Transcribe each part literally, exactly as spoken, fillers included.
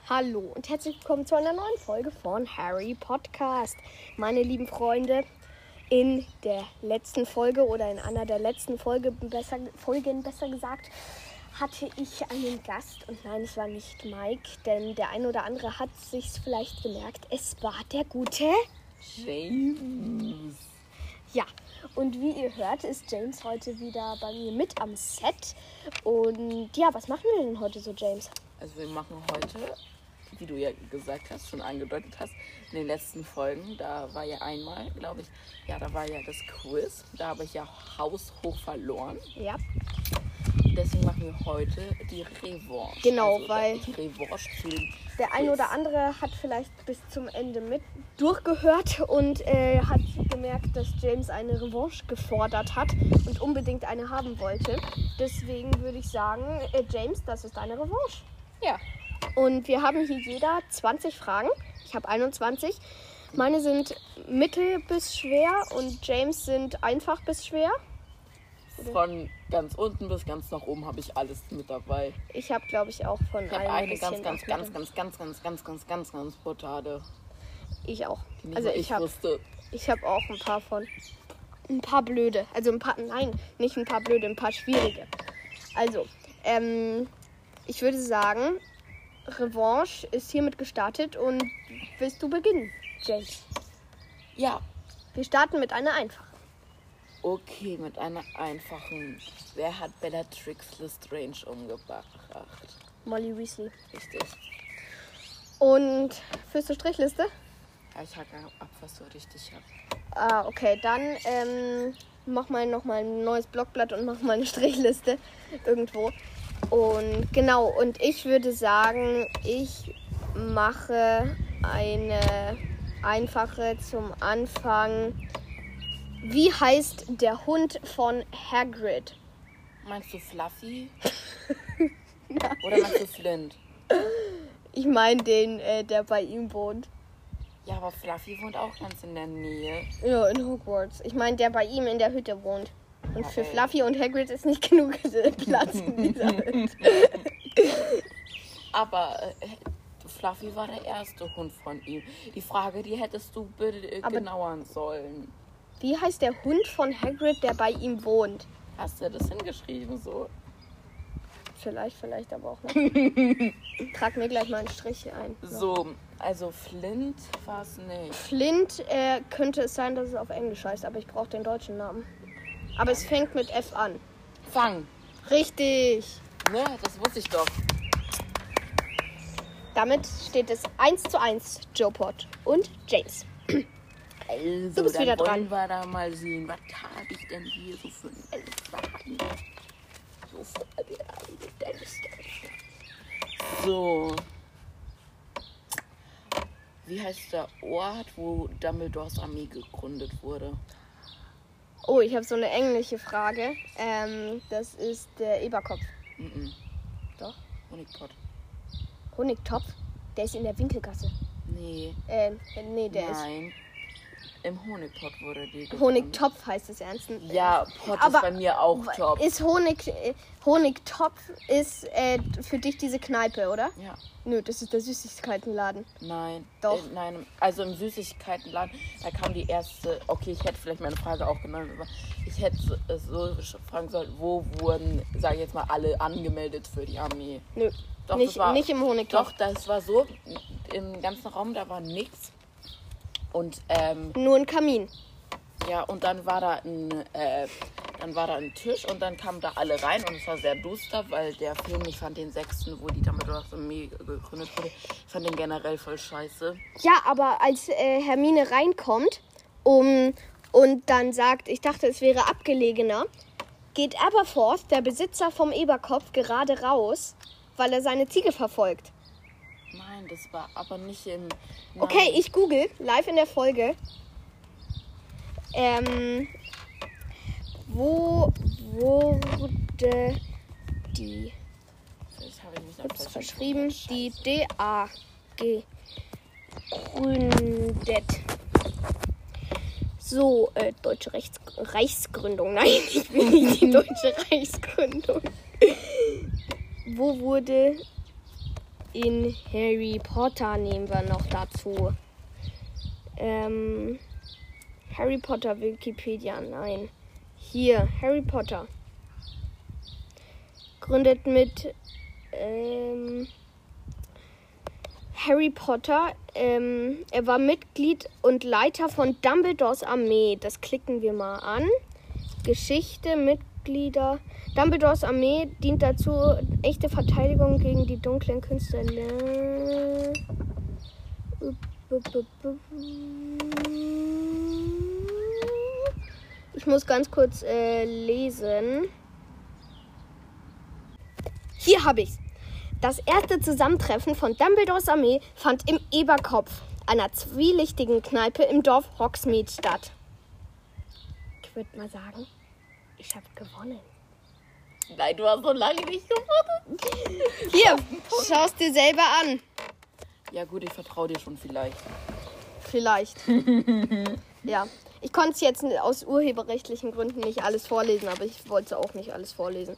Hallo und herzlich willkommen zu einer neuen Folge von Harry Podcast. Meine lieben Freunde, in der letzten Folge oder in einer der letzten Folge, besser, Folgen besser gesagt, hatte ich einen Gast. Und nein, es war nicht Mike, denn der ein oder andere hat es sich vielleicht gemerkt. Es war der gute James. Ja, und wie ihr hört, ist James heute wieder bei mir mit am Set. Und ja, was machen wir denn heute so, James? Also wir machen heute, wie du ja gesagt hast, schon angedeutet hast, in den letzten Folgen, da war ja einmal, glaube ich, ja, da war ja das Quiz. Da habe ich ja haushoch verloren. Ja. Deswegen machen wir heute die Revanche. Genau, also weil die Revanche für den der ein oder andere hat vielleicht bis zum Ende mit durchgehört und äh, hat gemerkt, dass James eine Revanche gefordert hat und unbedingt eine haben wollte. Deswegen würde ich sagen, äh, James, das ist deine Revanche. Ja. Und wir haben hier jeder zwanzig Fragen. Ich habe einundzwanzig. Meine sind mittel bis schwer und James sind einfach bis schwer. Von ganz unten bis ganz nach oben habe ich alles mit dabei. Ich habe, glaube ich, auch von Ich habe allen ein eine bisschen ganz, ganz, was ganz, mit. ganz, ganz, ganz, ganz, ganz, ganz, ganz brutale. Ich auch. Die nicht Also mal ich ich habe wusste. ich habe auch ein paar von. Ein paar blöde. Also ein paar, nein, nicht ein paar blöde, ein paar schwierige. Also, ähm, ich würde sagen, Revanche ist hiermit gestartet und willst du beginnen, James? Ja. Wir starten mit einer einfachen. Okay, mit einer einfachen. Wer hat Bellatrix Lestrange umgebracht? Molly Weasley. Richtig. Und führst du Strichliste? Ja, ich hake ab, was du richtig hast. Ah, okay, dann ähm, mach mal nochmal ein neues Blockblatt und mach mal eine Strichliste irgendwo. Und genau, und ich würde sagen, ich mache eine einfache zum Anfang. Wie heißt der Hund von Hagrid? Meinst du Fluffy? Oder meinst du Flint? Ich meine den, äh, der bei ihm wohnt. Ja, aber Fluffy wohnt auch ganz in der Nähe. Ja, in Hogwarts. Ich meine, der bei ihm in der Hütte wohnt. Und für Okay. Fluffy und Hagrid ist nicht genug Platz in dieser Hütte. Aber äh, Fluffy war der erste Hund von ihm. Die Frage, die hättest du bitte äh, Aber- genauern sollen. Wie heißt der Hund von Hagrid, der bei ihm wohnt? Hast du das hingeschrieben so? Vielleicht, vielleicht aber auch nicht. Trag mir gleich mal einen Strich ein. So, also Flint war es nicht. Flint äh, könnte es sein, dass es auf Englisch heißt, aber ich brauche den deutschen Namen. Aber es fängt mit F an. Fang. Richtig. Ne, das wusste ich doch. Damit steht es eins zu eins, Joe Pot und James. Also, Du bist dann wieder wollen dran. wir da mal sehen, was habe ich denn hier so für einen Elfwagen? So vor mir. So. Wie heißt der Ort, wo Dumbledores Armee gegründet wurde? Oh, ich habe so eine englische Frage. Ähm, das ist der Eberkopf. Mhm. Doch. Honigpott. Honigtopf? Der ist in der Winkelgasse. Nee. Ähm, nee, der Nein. Im Honigpott wurde die ist. gegründet. Honigtopf heißt es ernst. Ja, Pott Aber ist bei mir auch top. Ist Honig, äh, Honigtopf ist äh, für dich diese Kneipe, oder? Ja. Nö, das ist der Süßigkeitenladen. Nein. Doch. Äh, nein, also im Süßigkeitenladen, da kam die erste, okay, ich hätte vielleicht meine Frage auch genannt, aber ich hätte äh, so fragen sollen, wo wurden, sage ich jetzt mal, alle angemeldet für die Armee? Nö, Doch, nicht, das war, nicht im Honigtopf. Doch, das war so, im ganzen Raum, da war nichts. Und, ähm, Nur ein Kamin. ja, und dann war da ein, äh, dann war da ein Tisch und dann kamen da alle rein und es war sehr duster, weil der Film, ich fand den sechsten, wo die Dumbledores Armee gegründet wurde, ich fand den generell voll scheiße. Ja, aber als äh, Hermine reinkommt um, und dann sagt, ich dachte, es wäre abgelegener, geht Aberforth, der Besitzer vom Eberkopf, gerade raus, weil er seine Ziege verfolgt. Nein, das war aber nicht im... Nein. Okay, ich google live in der Folge. Ähm, wo wurde die, Das habe ich mich ups, falsch verschrieben, geschrieben. die D A gegründet? So, äh, deutsche Rechts Reichsgründung. Nein, ich will nicht die deutsche Reichsgründung. Wo wurde in Harry Potter nehmen wir noch dazu. Ähm, Harry Potter Wikipedia, nein. Hier, Harry Potter. Gründet mit ähm, Harry Potter. Ähm, er war Mitglied und Leiter von Dumbledores Armee. Das klicken wir mal an. Geschichte, Mitglieder. Dumbledores Armee dient dazu, echte Verteidigung gegen die dunklen Künste. Ich muss ganz kurz äh, lesen. Hier habe ich's. Das erste Zusammentreffen von Dumbledores Armee fand im Eberkopf, einer zwielichtigen Kneipe im Dorf Hogsmeade statt. Ich würde mal sagen, ich habe gewonnen. Nein, du hast so lange nicht gewonnen. Hier, schau's dir selber an. Ja gut, ich vertraue dir schon vielleicht. Vielleicht. Ja, ich konnte es jetzt aus urheberrechtlichen Gründen nicht alles vorlesen, aber ich wollte auch nicht alles vorlesen.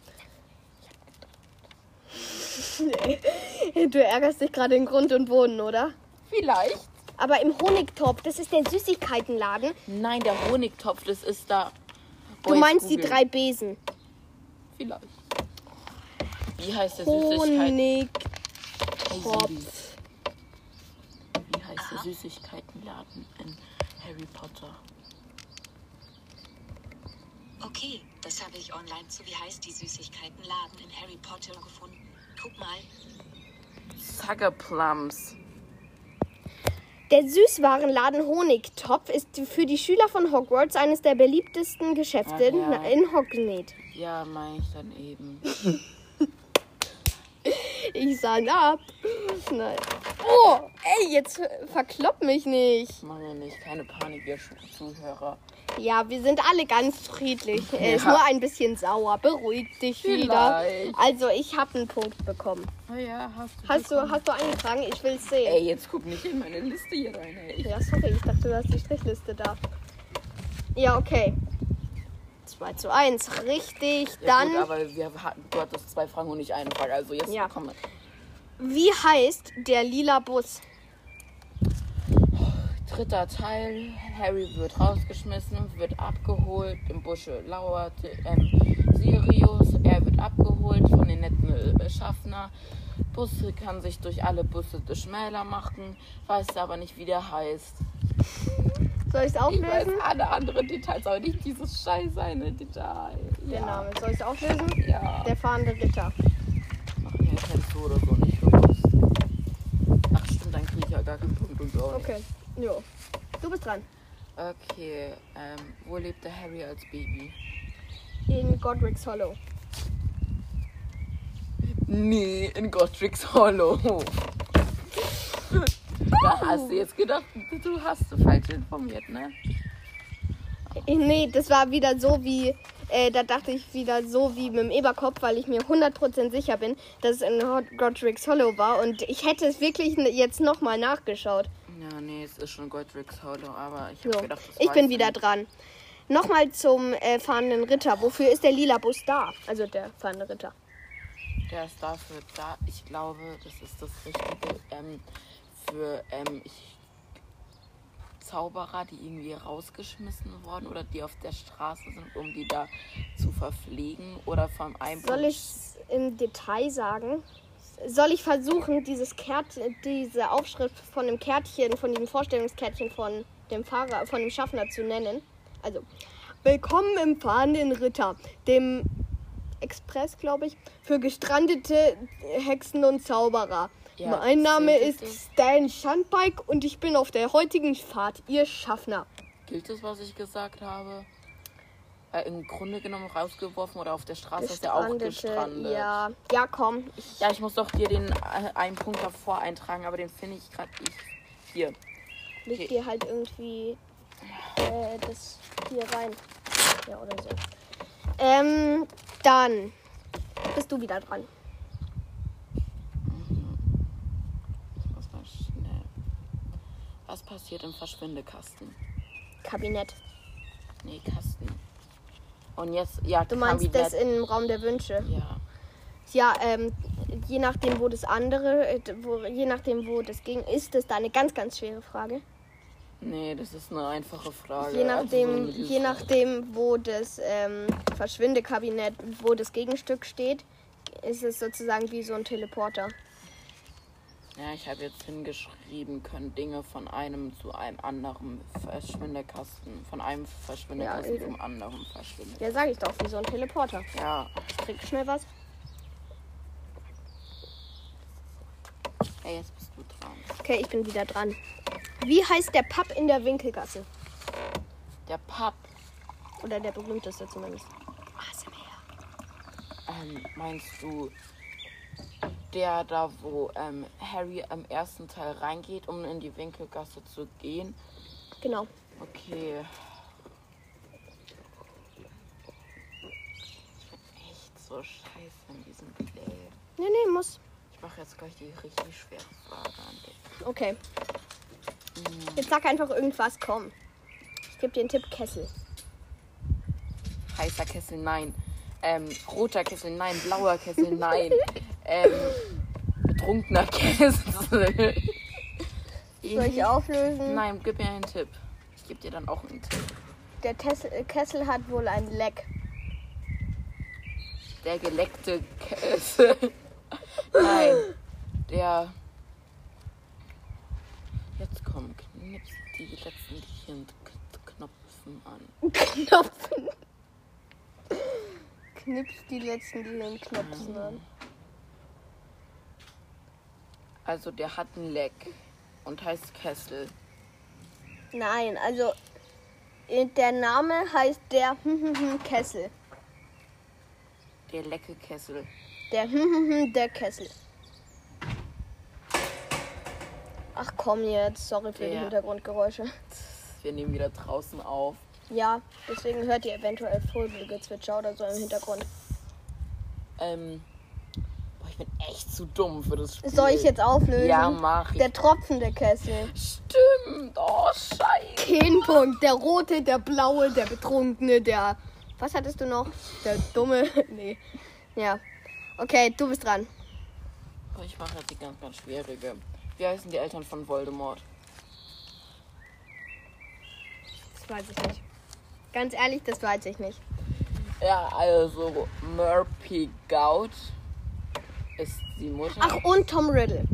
Du ärgerst dich gerade in Grund und Boden, oder? Vielleicht. Aber im Honigtopf, das ist der Süßigkeitenladen. Nein, der Honigtopf, das ist da. Oh, Du jetzt meinst die googeln. drei Besen. Vielleicht. Wie heißt der Süßigkeiten? Honigtopf. Hey, Siri. Wie heißt der Süßigkeitenladen in Harry Potter? Okay, das habe ich online zu Wie heißt die Süßigkeitenladen in Harry Potter gefunden. Guck mal. Sugarplums. Der Süßwarenladen Honigtopf ist für die Schüler von Hogwarts eines der beliebtesten Geschäfte Ach ja. in Hogsmeade. Ja, meine ich dann eben. Ich sah ab. Nein. Oh, ey, jetzt verklopp mich nicht. Mach mir nicht, keine Panik, ihr Zuhörer. Ja, wir sind alle ganz friedlich. Er Ja. ist nur ein bisschen sauer. Beruhig dich wieder. Vielleicht. Also, ich habe einen Punkt bekommen. Oh ja, hast du. Hast du, hast du eingetragen? Ich will es sehen. Ey, jetzt guck nicht in meine Liste hier rein, ey. Ja, sorry, ich dachte, du hast die Strichliste da. Ja, okay. zwei zu eins, richtig. Ja, Dann, gut, aber wir hatten, du hattest zwei Fragen und nicht eine Frage, also jetzt Ja. komm. wie heißt der lila Bus? Dritter Teil, Harry wird rausgeschmissen, wird abgeholt, im Busche lauert ähm, Sirius, er wird abgeholt von den netten äh, Schaffner. Busse kann sich durch alle Busse schmäler machen, weiß aber nicht, wie der heißt. Soll ich es Ich weiß auflösen? alle anderen Details, aber nicht dieses scheiß eine Detail. Der Ja. Name. Soll ich es auflösen? Ja. Der fahrende Ritter. Ach nee, kennst du oder so nicht gewusst. Ach stimmt, dann kriege ich ja gar keinen Punkt und so. Okay, jo. Du bist dran. Okay, ähm, wo lebte Harry als Baby? In Godric's Hollow. Nee, in Godric's Hollow. Da hast du jetzt gedacht, du hast du falsch informiert, ne? Nee, das war wieder so wie, äh, da dachte ich wieder so wie mit dem Eberkopf, weil ich mir hundert Prozent sicher bin, dass es in Godric's Hollow war. Und ich hätte es wirklich jetzt nochmal nachgeschaut. Ja, nee, es ist schon Godric's Hollow, aber ich So, hab gedacht, das ich weiß bin du wieder nicht. dran. Nochmal zum äh, fahrenden Ritter. Wofür ist der lila Bus da? Also der fahrende Ritter. Der ist dafür da, ich glaube, das ist das Richtige, ähm, für, ähm, ich, Zauberer, die irgendwie rausgeschmissen wurden oder die auf der Straße sind, um die da zu verpflegen oder vom Einbruch. Soll ich es im Detail sagen? Soll ich versuchen, dieses Kärt, diese Aufschrift von dem Kärtchen, von diesem Vorstellungskärtchen von dem Fahrer, von dem Schaffner zu nennen? Also, willkommen im fahrenden Ritter, dem Express, glaube ich, für gestrandete Hexen und Zauberer. Ja, mein Name gilt ist das? Stan Schandbike und ich bin auf der heutigen Fahrt Ihr Schaffner. Gilt das, was ich gesagt habe? Äh, Im Grunde genommen rausgeworfen oder auf der Straße ist er auch Gestrandete, gestrandet. ja. Ja, komm. Ich, Ja, ich muss doch dir den äh, einen Punkt davor eintragen, aber den finde ich gerade nicht. Hier. leg Okay. dir halt irgendwie äh, das hier rein. Ja, oder so. Ähm, dann bist du wieder dran. Ich muss mal schnell. Was passiert im Verschwindekasten? Kabinett. Nee, Kasten. Und jetzt, ja, Du meinst Kabinett. das im Raum der Wünsche? Ja. Ja, ähm, je nachdem, wo das andere, äh, wo, je nachdem, wo das ging, ist das da eine ganz, ganz schwere Frage. Nee, das ist eine einfache Frage. Je nachdem, also so je nachdem wo das ähm, Verschwindekabinett, wo das Gegenstück steht, ist es sozusagen wie so ein Teleporter. Ja, ich habe jetzt hingeschrieben, können Dinge von einem zu einem anderen Verschwindekasten, von einem Verschwindekasten Ja, zum anderen verschwinden. Ja, sag ich doch, wie so ein Teleporter. Ja. Ich trinke schnell was. Hey, jetzt bist du dran. Okay, ich bin wieder dran. Wie heißt der Pub in der Winkelgasse? Der Pub. Oder der berühmteste zumindest. A S M R. Ähm, meinst du der da, wo ähm, Harry im ersten Teil reingeht, um in die Winkelgasse zu gehen? Genau. Okay. Ich bin echt so scheiße in diesem Play. Nee, nee, muss. Ich mache jetzt gleich die richtig schwere Frage an dich. Okay. Jetzt sag einfach irgendwas, komm. Ich gebe dir einen Tipp, Kessel. Heißer Kessel, nein. Ähm, roter Kessel, nein. Blauer Kessel, nein. ähm, betrunkener Kessel. Soll ich auflösen? Nein, gib mir einen Tipp. Ich gebe dir dann auch einen Tipp. Der Tessel, äh, Kessel hat wohl ein Leck. Der geleckte Kessel. Nein. Der... Jetzt komm, knips die letzten Gehirnknopfen an. Knopfen. Knips die letzten Gehirnknopfen an. Also der hat ein Leck und heißt Kessel. Nein, also äh, der Name heißt der Kessel. Der lecke Kessel. Der der Kessel. Ach komm jetzt, sorry für die Der- Hintergrundgeräusche. Wir nehmen wieder draußen auf. Ja, deswegen hört ihr eventuell Vogelgezwitscher oder so im Hintergrund. Ähm, boah, ich bin echt zu dumm für das Spiel. Soll ich jetzt auflösen? Ja, mach ich. Der tropfende Kessel. Stimmt, oh scheiße. Kein Punkt. Der rote, der blaue, der betrunkene, der... Was hattest du noch? Der dumme... Nee. Ja. Okay, du bist dran. Oh, ich mache jetzt die ganz, ganz schwierige. Wie heißen die Eltern von Voldemort? Das weiß ich nicht. Ganz ehrlich, das weiß ich nicht. Ja, also Murphy Gout ist die Mutter. Ach, und Tom Riddle.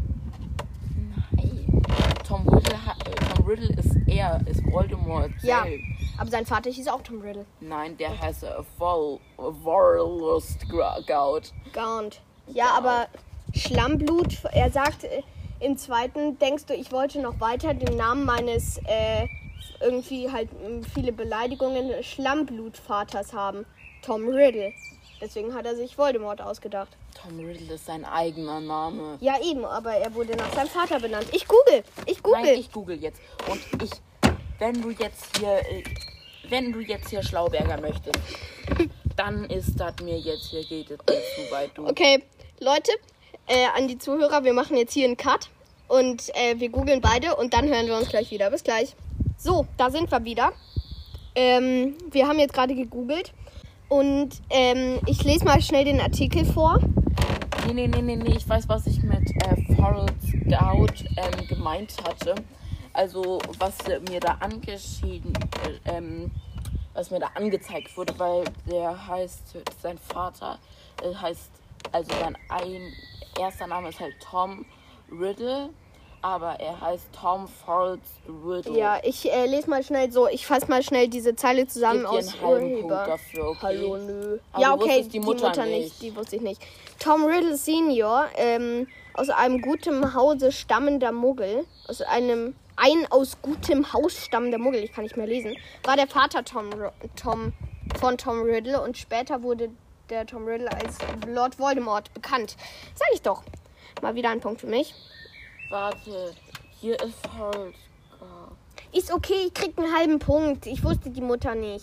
Nein. Tom Riddle, hat, äh, Tom Riddle ist er, ist Voldemort Ja, selbst. aber sein Vater hieß auch Tom Riddle. Nein, der heißt äh, Vol Vorlust Gout. Gaunt. Ja, aber Schlammblut, er sagt äh, im zweiten, denkst du, ich wollte noch weiter den Namen meines, äh, irgendwie halt m, viele Beleidigungen, Schlammblut-Vaters haben. Tom Riddle. Deswegen hat er sich Voldemort ausgedacht. Tom Riddle ist sein eigener Name. Ja, eben, aber er wurde nach seinem Vater benannt. Ich google, ich google. Nein, ich google jetzt. Und ich, wenn du jetzt hier, äh, wenn du jetzt hier Schlauberger möchtest, dann ist das mir jetzt hier, geht es mir zu weit, du. Okay, Leute, äh, an die Zuhörer, wir machen jetzt hier einen Cut und äh, wir googeln beide und dann hören wir uns gleich wieder. Bis gleich. So, da sind wir wieder. Ähm, wir haben jetzt gerade gegoogelt und ähm, ich lese mal schnell den Artikel vor. Nee, nee, nee, nee, nee, ich weiß, was ich mit äh, Forrest Gout ähm, gemeint hatte. Also, was äh, mir da angeschieden, äh, ähm, was mir da angezeigt wurde, weil der heißt, sein Vater äh, heißt, also sein ein, erster Name ist halt Tom Riddle, aber er heißt Tom Forrest Riddle. Ja, ich äh, lese mal schnell so, ich fasse mal schnell diese Zeile zusammen Gib dir aus einen halben Punkt Urheber. dafür, okay? Hallo, nö. Aber ja, du okay, wusstest die Mutter nicht. die wusste ich nicht. Tom Riddle Senior, ähm, aus einem guten Hause stammender Muggel, aus einem ein aus gutem Haus stammender Muggel, ich kann nicht mehr lesen, war der Vater Tom, Tom von Tom Riddle und später wurde der Tom Riddle als Lord Voldemort bekannt. Sag ich doch. Mal wieder ein Punkt für mich. Warte, hier ist Forrest Gout. Ist okay, ich krieg einen halben Punkt. Ich wusste die Mutter nicht.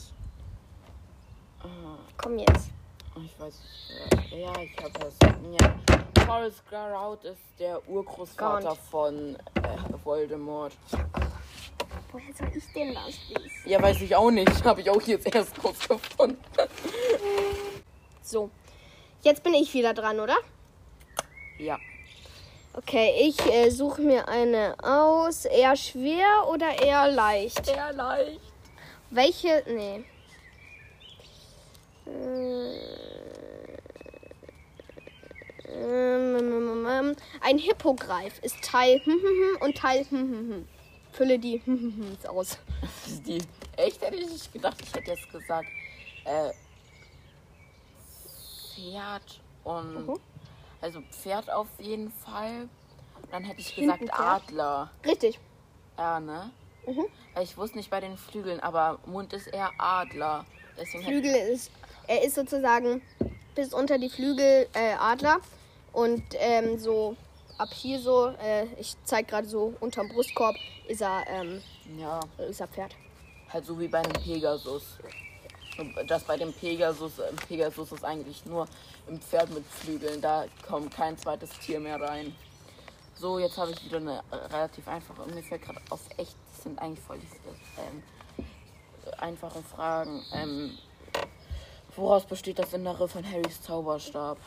Ah. Komm jetzt. Ich weiß nicht. Ja, ich habe das. Ja. Forrest Gout ist der Urgroßvater Gaunt. von äh, Voldemort. Woher soll ich denn das wissen? Ja, weiß ich auch nicht. Habe ich auch jetzt erst rausgefunden. So, jetzt bin ich wieder dran, oder? Ja. Okay, ich äh, suche mir eine aus. Eher schwer oder eher leicht? Sehr leicht. Welche? Nee. Äh, ähm, Ein Hippogreif ist Teil und Teil Fülle die aus. Die, echt hätte ich nicht gedacht. Ich hätte jetzt gesagt, äh, Pferd und... Mhm. Also Pferd auf jeden Fall. Dann hätte ich Hinten gesagt Pferd. Adler. Richtig. Ja, ne? Mhm. Ich wusste nicht bei den Flügeln, aber Mund ist eher Adler. Deswegen hätte Flügel ist, er ist sozusagen bis unter die Flügel äh, Adler und ähm, so ab hier so, äh, ich zeige gerade so unterm Brustkorb, ist er, ähm, ja, ist er Pferd. halt so wie bei einem Pegasus. Und das bei dem Pegasus, äh, Pegasus ist eigentlich nur ein Pferd mit Flügeln. Da kommt kein zweites Tier mehr rein. So, jetzt habe ich wieder eine äh, relativ einfache. Und mir fällt gerade auf, echt, das sind eigentlich voll die ähm, einfache Fragen. Ähm, woraus besteht das Innere von Harrys Zauberstab?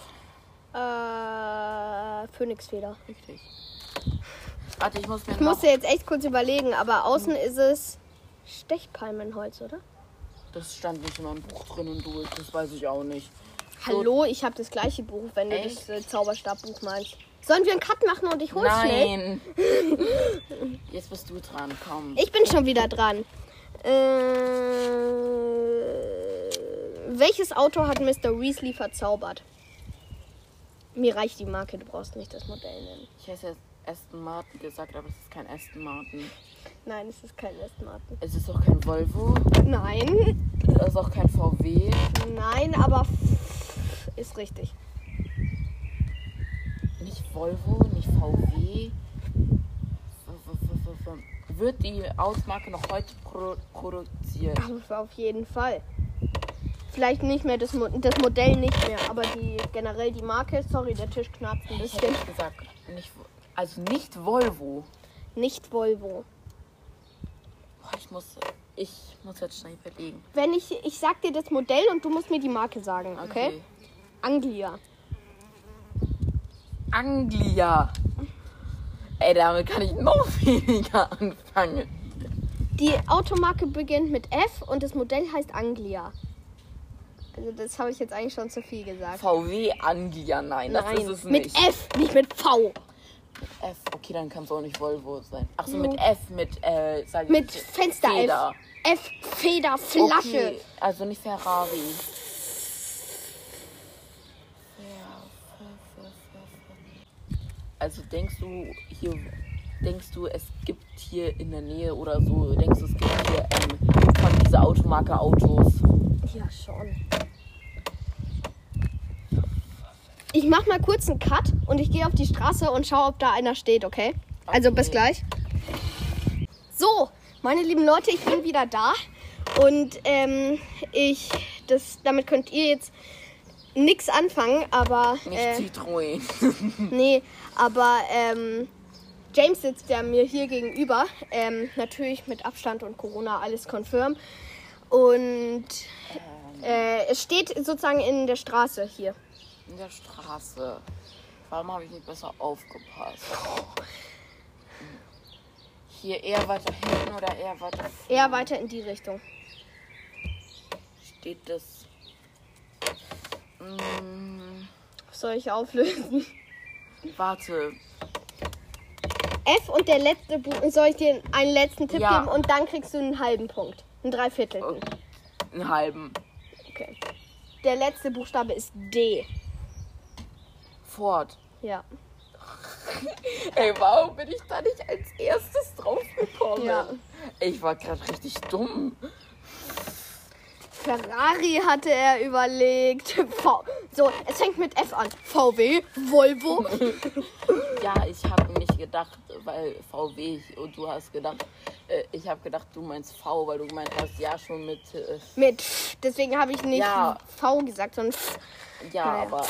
Äh, Phönixfeder. Richtig. Warte, ich muss mir Ich noch... musste jetzt echt kurz überlegen, aber außen ist es Stechpalmenholz, oder? Das stand nicht in meinem Buch drin und du, das weiß ich auch nicht. So, Hallo, ich habe das gleiche Buch, wenn du Echt? das äh, Zauberstabbuch meinst. Sollen wir einen Cut machen und ich hol's schnell? nein. Jetzt bist du dran, komm. Ich bin schon wieder dran. Äh, welches Auto hat Mister Weasley verzaubert? Mir reicht die Marke, du brauchst nicht das Modell nennen. Ich hätte jetzt Aston Martin gesagt, aber es ist kein Aston Martin. Nein, es ist kein Aston Martin. Es ist auch kein Volvo. Nein, Es ist auch kein V W. nein, aber f- ist richtig. Nicht Volvo, nicht V W. W- w- w- w- Wird die Automarke noch heute pro produziert? Aber auf jeden Fall. Vielleicht nicht mehr das, Mo- das Modell nicht mehr, aber die generell die Marke. Sorry, der Tisch knarzt ein Ich hätte bisschen. nicht gesagt, nicht, also nicht Volvo. Nicht Volvo. Boah, ich muss, ich muss jetzt schnell überlegen. Wenn ich, ich sag dir das Modell und du musst mir die Marke sagen, okay? Anglia. Anglia. Ey, damit kann ich noch weniger anfangen. Die Automarke beginnt mit F und das Modell heißt Anglia. Also das habe ich jetzt eigentlich schon zu viel gesagt. V W Anglia, nein, das Nein, ist es mit nicht. F, nicht mit V. F, okay, dann kann es auch nicht Volvo sein. Ach so, Jo. mit F, mit, äh, sag ich Mit jetzt, Fenster Feder. F. F, Feder, Flasche. Okay, also nicht Ferrari. Also denkst du hier, denkst du, es gibt hier in der Nähe oder so, denkst du, es gibt hier ähm, von dieser Automarke Autos? Ja, schon. Ich mach mal kurz einen Cut und ich gehe auf die Straße und schaue, ob da einer steht, okay? Also Okay. bis gleich. So, meine lieben Leute, ich bin wieder da. Und ähm, ich, das, damit könnt ihr jetzt nichts anfangen, aber Nicht äh, Citroën. nee, aber ähm, James sitzt ja mir hier gegenüber. Ähm, natürlich mit Abstand und Corona alles confirm. Und äh, es steht sozusagen in der Straße hier. In der Straße. Warum habe ich nicht besser aufgepasst? Hier eher weiter hinten oder eher weiter vorne? Eher weiter in die Richtung. Steht das... Mm, Soll ich auflösen? warte. F und der letzte Buch. Soll ich dir einen letzten Tipp Ja. geben und dann kriegst du einen halben Punkt. Einen Dreiviertelten. Okay. Einen halben. Okay. Der letzte Buchstabe ist D. Ford. Ja. Ey, warum bin ich da nicht als erstes drauf gekommen? Ja. Ich war gerade richtig dumm. Ferrari hatte er überlegt. V. So, es fängt mit F an. V W, Volvo. Ja, ich habe nicht gedacht, weil V W und du hast gedacht, äh, ich habe gedacht, du meinst V, weil du gemeint hast, ja schon mit, äh, Mit F. Deswegen habe ich nicht Ja. V gesagt, sondern F. ja, Naja. aber.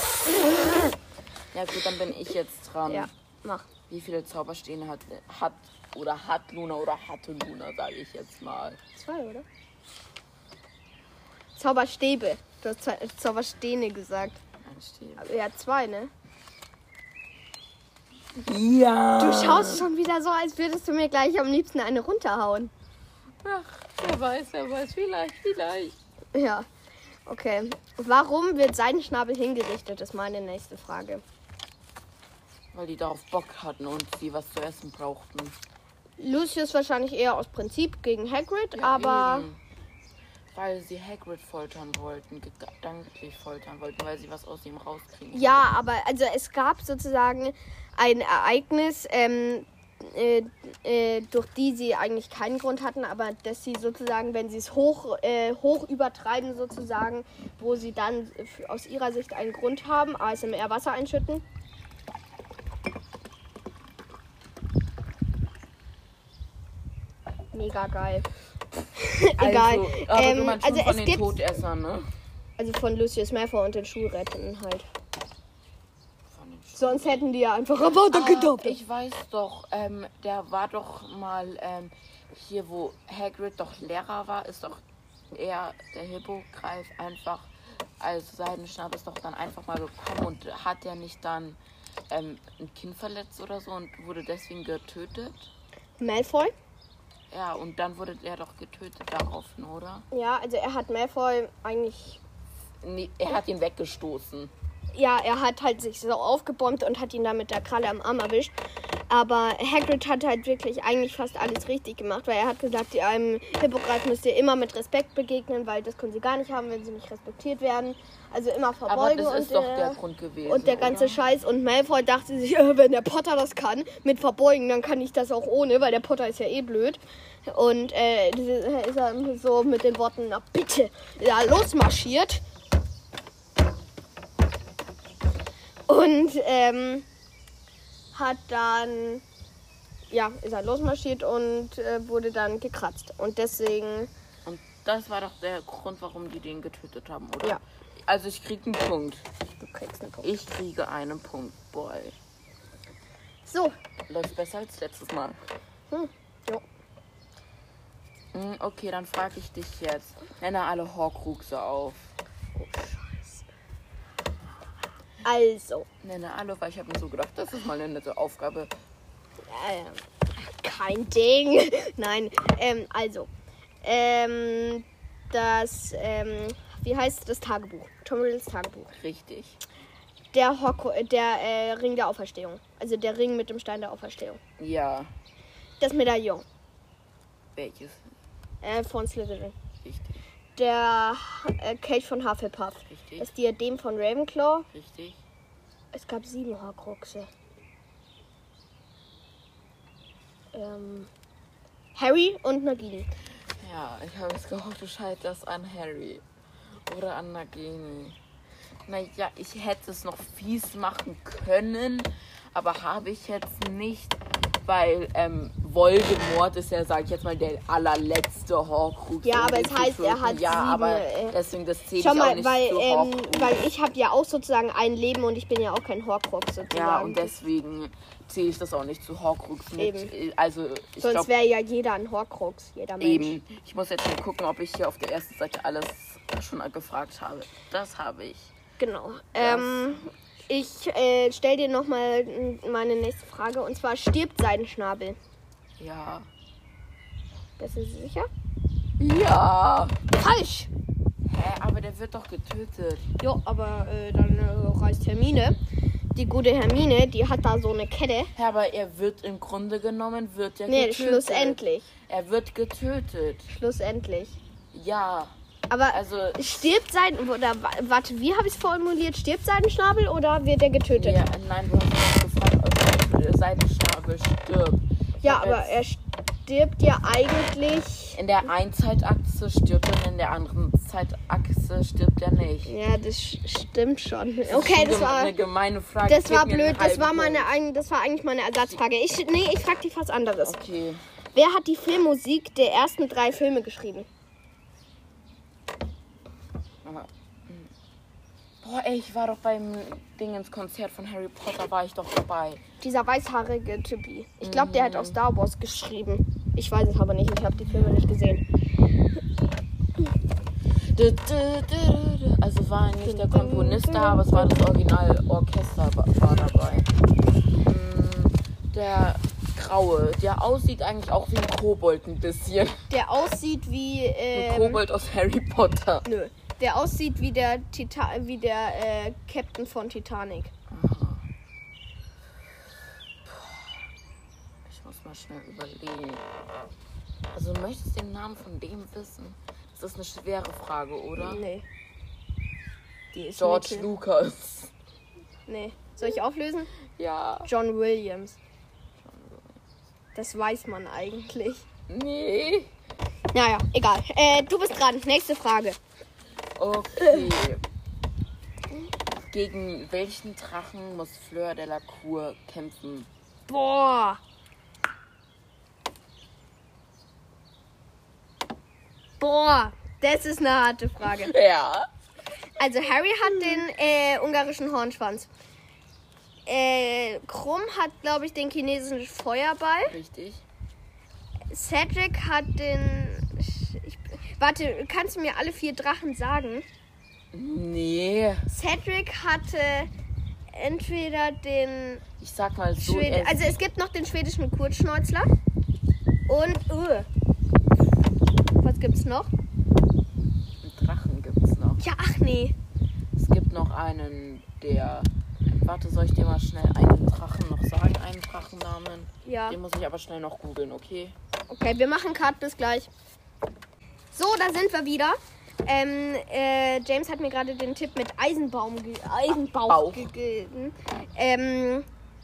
Ja gut, dann bin ich jetzt dran. Ja, mach. Wie viele Zauberstäbe hat, hat oder hat Luna oder hatte Luna, sage ich jetzt mal. Zwei, oder? Zauberstäbe. Du hast zwei, Zauberstähne gesagt. Ein Stäbe. Aber ja, zwei, ne? Ja. Du schaust schon wieder so, als würdest du mir gleich am liebsten eine runterhauen. Ach, wer weiß, wer weiß. Vielleicht, vielleicht. Ja, okay. Warum wird Seidenschnabel hingerichtet, ist meine nächste Frage. Weil die darauf Bock hatten und sie was zu essen brauchten. Lucius wahrscheinlich eher aus Prinzip gegen Hagrid, aber... Eben. Weil sie Hagrid foltern wollten, gedanklich foltern wollten, weil sie was aus ihm rauskriegen. Ja, aber also es gab sozusagen ein Ereignis, ähm, äh, äh, durch die sie eigentlich keinen Grund hatten, aber dass sie sozusagen, wenn sie es hoch, äh, hoch übertreiben sozusagen, wo sie dann f- aus ihrer Sicht einen Grund haben, A S M R Wasser einschütten. Mega geil. Egal. Also, aber Ähm, du meinst schon also von es den gibt- Todessern, ne? Also von Lucius Malfoy und den Schulretten halt. Von den Sonst hätten die ja einfach weiter Ah, gedacht. ich weiß doch, ähm, der war doch mal ähm, hier, wo Hagrid doch Lehrer war, ist doch er, der Hippogreif, einfach als Seidenschnabel ist doch dann einfach mal gekommen und hat er nicht dann ähm, ein Kind verletzt oder so und wurde deswegen getötet? Malfoy? Ja, und dann wurde er doch getötet daraufhin, oder? Ja, also er hat Malfoy eigentlich... Nee, er hat ihn weggestoßen. Ja, er hat halt sich so aufgebombt und hat ihn dann mit der Kralle am Arm erwischt. Aber Hagrid hat halt wirklich eigentlich fast alles richtig gemacht, weil er hat gesagt, einem Hippogreif müsst ihr immer mit Respekt begegnen, weil das können sie gar nicht haben, wenn sie nicht respektiert werden. Also immer Aber verbeugen das und, ist doch äh, der Grund gewesen. und der ganze oder? Scheiß. Und Malfoy dachte sich, äh, wenn der Potter das kann, mit verbeugen, dann kann ich das auch ohne, weil der Potter ist ja eh blöd. Und äh, ist er so mit den Worten, na bitte, ja, losmarschiert. Und ähm, hat dann, ja, ist er losmarschiert und äh, wurde dann gekratzt. Und deswegen, Und das war doch der Grund, warum die den getötet haben, oder? Ja. Also ich krieg einen Punkt. du kriegst einen Punkt. Ich kriege einen Punkt. Boy. So, Läuft besser als letztes Mal. hm, jo. Hm, Okay, dann frage ich dich jetzt. Nenne alle Horcruxe auf. Also, Nenne alle, weil ich habe mir so gedacht, das ist mal eine nette Aufgabe. ähm, kein Ding. Nein, ähm, also, ähm, das, ähm, wie heißt das Tagebuch? Tom Riddles Tagebuch. Richtig. Der, Horcru der äh, Ring der Auferstehung. Also der Ring mit dem Stein der Auferstehung. Ja. Das Medaillon Welches? äh, von Slytherin. Richtig. Der äh, Kelch von Hufflepuff. Richtig. Das Diadem von Ravenclaw. Richtig. Es gab sieben Horcruxe. Ähm, Harry und Nagini. Ja, ich habe jetzt gehofft, du scheiterst an Harry. Oder an Nagini. Naja, ich hätte es noch fies machen können, aber habe ich jetzt nicht, weil ähm, Voldemort ist ja, sag ich jetzt mal, der allerletzte Horcrux. Ja, um aber den es zu heißt, er töten. hat Ja, sieben, aber äh, deswegen, das zählt Schau ich auch mal, nicht weil, zu ähm, Horcrux. weil ich habe ja auch sozusagen ein Leben und ich bin ja auch kein Horcrux sozusagen. Ja, und deswegen zähle ich das auch nicht zu Horcrux mit. Eben. Also, ich Sonst glaube, wäre ja jeder ein Horcrux, jeder Mensch. eben. Ich muss jetzt mal gucken, ob ich hier auf der ersten Seite alles schon gefragt habe. Das habe ich. Genau. Ähm, ich äh, stell dir nochmal meine nächste Frage. Und zwar, stirbt Seidenschnabel? Ja. Das ist sicher? Ja. Falsch! Hä, aber der wird doch getötet. Jo, aber äh, dann äh, reißt Hermine. Die gute Hermine, die hat da so eine Kette. Ja, aber er wird im Grunde genommen, wird er Nee, getötet. schlussendlich. Er wird getötet. Schlussendlich. Ja. Aber Also, stirbt Seiden... Oder wa- warte, wie habe ich es formuliert? Stirbt Seidenschnabel oder wird er getötet? ja, nein, du hast mich gefragt, ob der Seidenschnabel stirbt. Ja, hab aber jetzt- er stirbt ja eigentlich... In der einen Zeitachse stirbt er, in der anderen Zeitachse stirbt er nicht. Ja, das sch- stimmt schon. Das Okay, ist das war... eine gemeine Frage. Das Gib war mir einen blöd, das halben war meine Punkt. ein- das war eigentlich meine Ersatzfrage. Ich nee, ich frag dich was anderes. Okay. Wer hat die Filmmusik der ersten drei Filme geschrieben? Boah, ey, ich war doch beim Dingens-Konzert von Harry Potter, war ich doch dabei. Dieser weißhaarige Typi. Ich glaube, der hat auch Star Wars geschrieben. Ich weiß es aber nicht, ich habe die Filme nicht gesehen. Du, du, du, du. Also war nicht der Komponist da, aber es war das Originalorchester war war dabei. Mm, der Graue, der aussieht eigentlich auch wie ein Kobold ein bisschen. Der aussieht wie. Ähm, Ein Kobold aus Harry Potter. Nö. Der aussieht wie der Tita wie der äh, Captain von Titanic. Ich muss mal schnell überlegen. Also du möchtest den Namen von dem wissen? Das ist eine schwere Frage, oder? Nee. Die ist George mittel. Lucas. Nee. Soll ich auflösen? Ja. John Williams. Das weiß man eigentlich. Nee. Naja, egal. Äh, du bist dran. Nächste Frage. Okay. Gegen welchen Drachen muss Fleur de la Cour kämpfen? Boah. Boah. Das ist eine harte Frage. Ja. Also Harry hat den äh, ungarischen Hornschwanz. Äh, Krumm hat, glaube ich, den chinesischen Feuerball. Richtig. Cedric hat den... Ich, warte, kannst du mir alle vier Drachen sagen? Nee. Cedric hatte entweder den... Ich sag mal so. Schwede, es- also es gibt noch den schwedischen Kurzschnäuzler. Und... Uh, was gibt's noch? einen Drachen gibt's noch. Ja, ach nee. Es gibt noch einen, der... Warte, soll ich dir mal schnell einen Drachen noch sagen? Einen Drachennamen? Ja. Den muss ich aber schnell noch googeln, okay? Okay, wir machen Cut, bis gleich. So, da sind wir wieder. Ähm, äh, James hat mir gerade den Tipp mit Eisenbaum, ge Eisenbauch Bauch. gegeben. Ähm,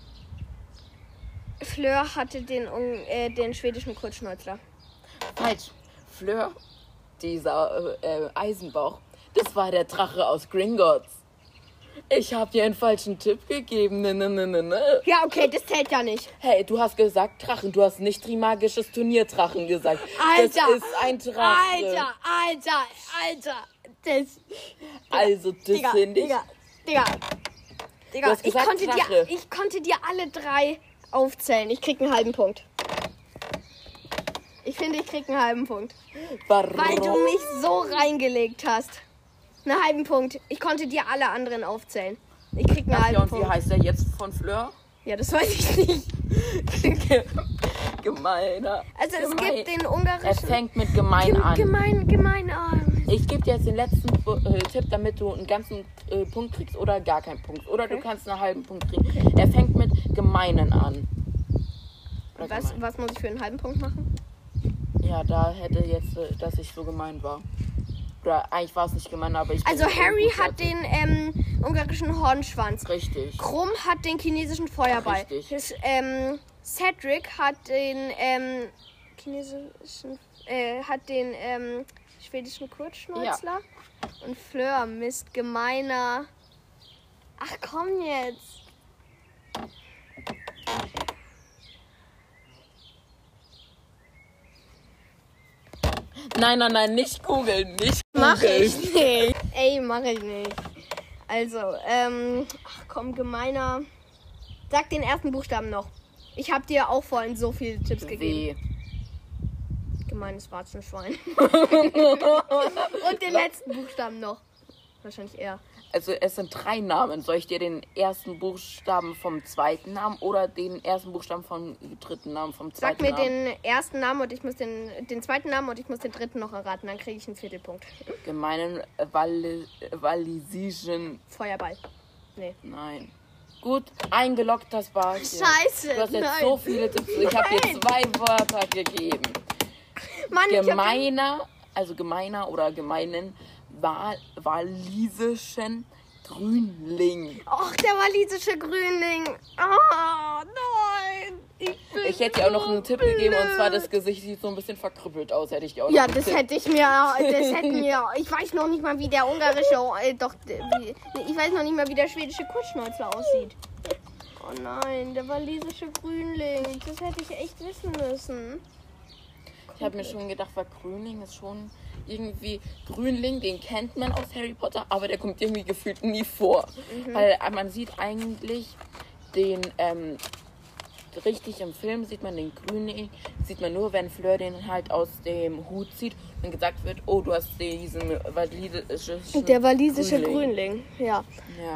Fleur hatte den, un- äh, den schwedischen Kurzschnäuzler. Falsch. Fleur, dieser äh, äh, Eisenbauch, das war der Drache aus Gringotts. Ich habe dir einen falschen Tipp gegeben. Ne, ne, ne, ne, ne. Ja, okay, das zählt ja nicht. Hey, du hast gesagt Drachen. Du hast nicht Trimagisches Turnierdrachen gesagt. Alter! Das ist ein Drache. Alter, Alter, Alter. Das. Also, das Digga, finde ich. Digga, Digga. Digga, Du hast ich, gesagt konnte dir, Drache. ich konnte dir alle drei aufzählen. Ich krieg einen halben Punkt. Ich finde, ich krieg einen halben Punkt. Warum? Weil du mich so reingelegt hast. Einen halben Punkt. Ich konnte dir alle anderen aufzählen. Ich krieg einen Ach halben ja, und wie Punkt. heißt der jetzt von Fleur? Ja, das weiß ich nicht. Gemeiner. Also es Gemein. gibt den Er ungarischen... fängt mit gemein Gem- an. Gemein, gemein. ah. Ich gebe dir jetzt den letzten äh, Tipp, damit du einen ganzen äh, Punkt kriegst oder gar keinen Punkt. Oder du Okay. kannst einen halben Punkt kriegen. Er fängt mit gemeinen an. Oder Was, gemein. was muss ich für einen halben Punkt machen? Ja, da hätte jetzt, äh, dass ich so gemein war. Oder eigentlich war es nicht gemein, aber ich... bin Also nicht Harry gut hat den ähm, ungarischen Hornschwanz. Richtig. Krumm hat den chinesischen Feuerball. Richtig. Das, ähm, Cedric hat den ähm, chinesischen, äh, hat den ähm, schwedischen Kurzschnäuzler. Und Fleur, Mist, gemeiner. Ach komm jetzt. Nein, nein, nein, nicht googeln, nicht Mach googeln. ich nicht. Ey, mach ich nicht. Also, ähm, ach komm, gemeiner. Sag den ersten Buchstaben noch. Ich habe dir auch vorhin so viele Tipps gegeben. W. Gemeines Warzenschwein. Und den letzten Buchstaben noch. Wahrscheinlich eher. Also es sind drei Namen. Soll ich dir den ersten Buchstaben vom zweiten Namen oder den ersten Buchstaben vom dritten Namen vom Sag zweiten mir Namen? den ersten Namen und ich muss den, den zweiten Namen und ich muss den dritten noch erraten. Dann kriege ich einen Viertelpunkt. Gemeinen Walli walisischen... Feuerball. Nee. Nein. Gut, eingeloggt, das war's. hier. Scheiße, Du hast jetzt nein. so viele Tipps. Ich habe dir zwei Wörter gegeben. Mann, ich hab... Gemeiner, also gemeiner oder gemeinen Wal walisischen Grünling. Och, der walisische Grünling. Oh, nein. Ich, bin Ich hätte dir auch noch einen so Tipp gegeben, und zwar blöd. das Gesicht sieht so ein bisschen verkrüppelt aus, hätte ich dir auch Ja, noch einen das Tipp. hätte ich mir, das hätten mir, ich weiß noch nicht mal, wie der ungarische, äh, doch, wie, ich weiß noch nicht mal, wie der schwedische Kurzschnäuzler aussieht. Oh nein, der walisische Grünling, das hätte ich echt wissen müssen. Ich habe mir schon gedacht, weil Grünling ist schon irgendwie... Grünling, den kennt man aus Harry Potter, aber der kommt irgendwie gefühlt nie vor. Mhm. Weil äh, man sieht eigentlich den... Ähm, richtig im Film sieht man den Grünling, sieht man nur, wenn Fleur den halt aus dem Hut zieht und gesagt wird, oh, du hast diesen walisischen Der walisische Grünling, ja. Ja.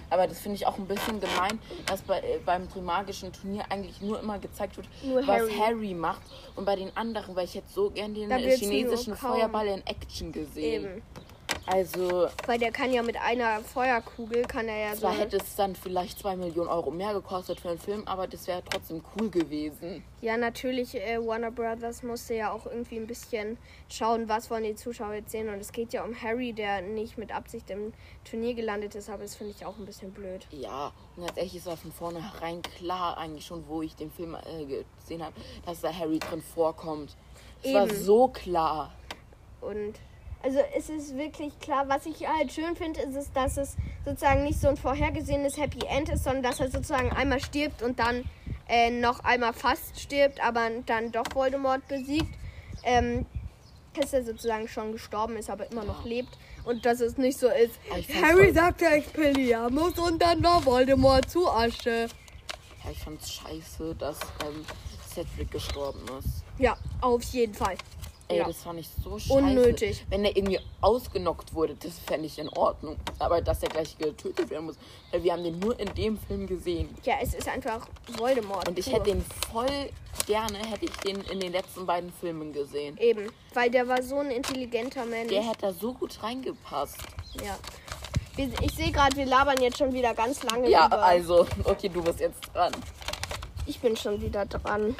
Aber das finde ich auch ein bisschen gemein, dass bei, äh, beim Trimagischen Turnier eigentlich nur immer gezeigt wird, Nur was Harry. Harry macht. Und bei den anderen, weil ich hätte so gern den Da äh, wird's chinesischen nur kaum. Feuerball in Action gesehen. Eben. Also, Weil der kann ja mit einer Feuerkugel, kann er ja so... zwar hätte es dann vielleicht zwei Millionen Euro mehr gekostet für einen Film, aber das wäre trotzdem cool gewesen. Ja, natürlich, äh, Warner Brothers musste ja auch irgendwie ein bisschen schauen, was wollen die Zuschauer jetzt sehen. Und es geht ja um Harry, der nicht mit Absicht im Turnier gelandet ist, aber das finde ich auch ein bisschen blöd. Ja, und ganz ehrlich, ist war von vornherein klar eigentlich schon, wo ich den Film äh, gesehen habe, dass da Harry drin vorkommt. Es war Eben. so klar. Und also es ist wirklich klar, was ich halt schön finde, ist es, dass es sozusagen nicht so ein vorhergesehenes Happy End ist, sondern dass er sozusagen einmal stirbt und dann äh, noch einmal fast stirbt, aber dann doch Voldemort besiegt. Ähm, dass er sozusagen schon gestorben ist, aber immer noch lebt. Und dass es nicht so ist, Aber ich fand's Harry voll- sagt ja Expelliarmus und dann war Voldemort zu Asche. Ja, ich fand's scheiße, dass ähm, Cedric gestorben ist. Ja, auf jeden Fall. Ey, Ja. das fand ich so scheiße. Unnötig. Wenn er irgendwie ausgenockt wurde, das fände ich in Ordnung. Aber dass er gleich getötet werden muss, weil wir haben den nur in dem Film gesehen. Ja, es ist einfach Voldemort. Und ich pur. hätte den voll gerne, hätte ich den in den letzten beiden Filmen gesehen. Eben, weil der war so ein intelligenter Mensch. Der hätte da so gut reingepasst. Ja. Wir- Ich sehe gerade, wir labern jetzt schon wieder ganz lange. Ja, über. also, okay, du bist jetzt dran. Ich bin schon wieder dran.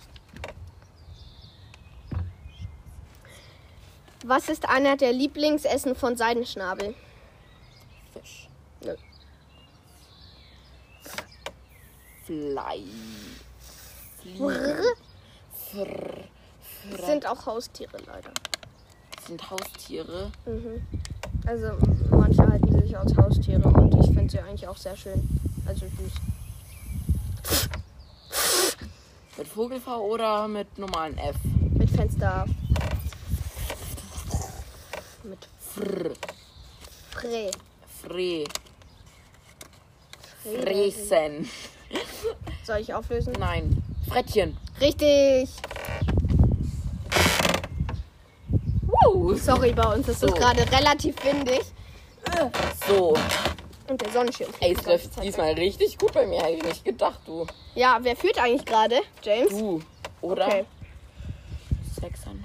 Was ist einer der Lieblingsessen von Seidenschnabel? Fisch. Nö. Flei. Brr. Fliegen. Frr. Das Frr. sind auch Haustiere leider. sind Haustiere. Mhm. Also manche halten sie sich als Haustiere und ich finde sie eigentlich auch sehr schön. Also süß. Mit Vogelfrau oder mit normalen F? Mit Fenster. Mit Frr. Frä. Fre. Frä. Fresen. Soll ich auflösen? Nein. Frettchen. Richtig. Woo. Sorry, bei uns ist es So. gerade relativ windig. So. Und der Sonnenschirm. Ey, es die ganze läuft Zeit diesmal richtig gut bei mir. Hätte ich nicht gedacht, du. weg. Ja, wer führt eigentlich gerade? James? Du. Oder? Okay. Sechseinhalb.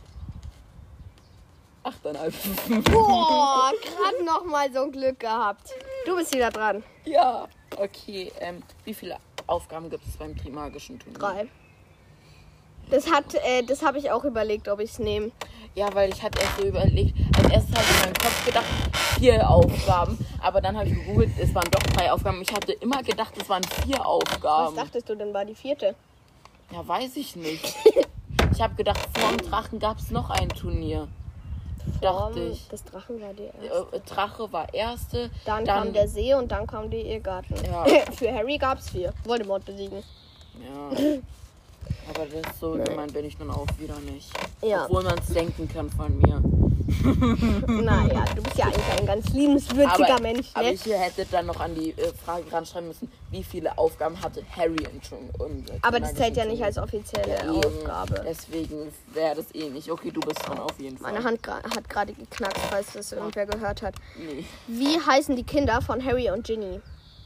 Achteinhalb. Boah, gerade noch mal so ein Glück gehabt. Du bist wieder dran. Ja. Okay, ähm, wie viele Aufgaben gibt es beim Trimagischen Turnier? Drei. Das hat, äh, das habe ich auch überlegt, ob ich es nehme. Ja, weil ich hatte erst so überlegt, als erstes habe ich in meinem Kopf gedacht, vier Aufgaben. Aber dann habe ich gegoogelt, es waren doch drei Aufgaben. Ich hatte immer gedacht, es waren vier Was Aufgaben. dachtest du denn war die vierte? Ja, weiß ich nicht. Ich habe gedacht, vor dem Drachen gab es noch ein Turnier. Dachte Um, ich. Das Drachen war die erste. Äh, Drache war erste. Dann, kam der See und dann kam der Irrgarten. Ja. Für Harry gab es vier. Voldemort besiegen. Ja. Aber das ist so gemein bin ich dann auch wieder nicht. Ja. Obwohl man es denken kann von mir. Naja, du bist ja eigentlich ein ganz liebenswürdiger aber, Mensch, aber ne? ich hätte dann noch an die äh, Frage ranschreiben müssen, wie viele Aufgaben hatte Harry in schon. Und, äh, Aber das zählt ja Turnier. nicht als offizielle Ja, eben. Aufgabe. Deswegen wäre das eh nicht. Okay, du bist dran auf jeden Fall. Meine Hand gra- hat gerade geknackst, falls das irgendwer gehört hat. Nee. Wie heißen die Kinder von Harry und Ginny?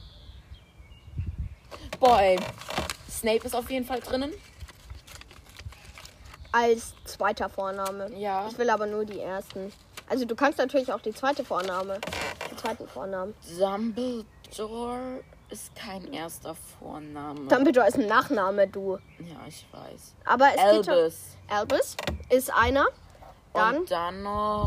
Boah, ey. Snape ist auf jeden Fall drinnen. Als zweiter Vorname. Ja. Ich will aber nur die ersten. Also du kannst natürlich auch die zweite Vorname. Die zweiten Vornamen. Dumbledore ist kein erster Vorname. Dumbledore ist ein Nachname, du. ja, ich weiß. Aber es geht schon. Albus. Albus ist einer. Dann Und dann noch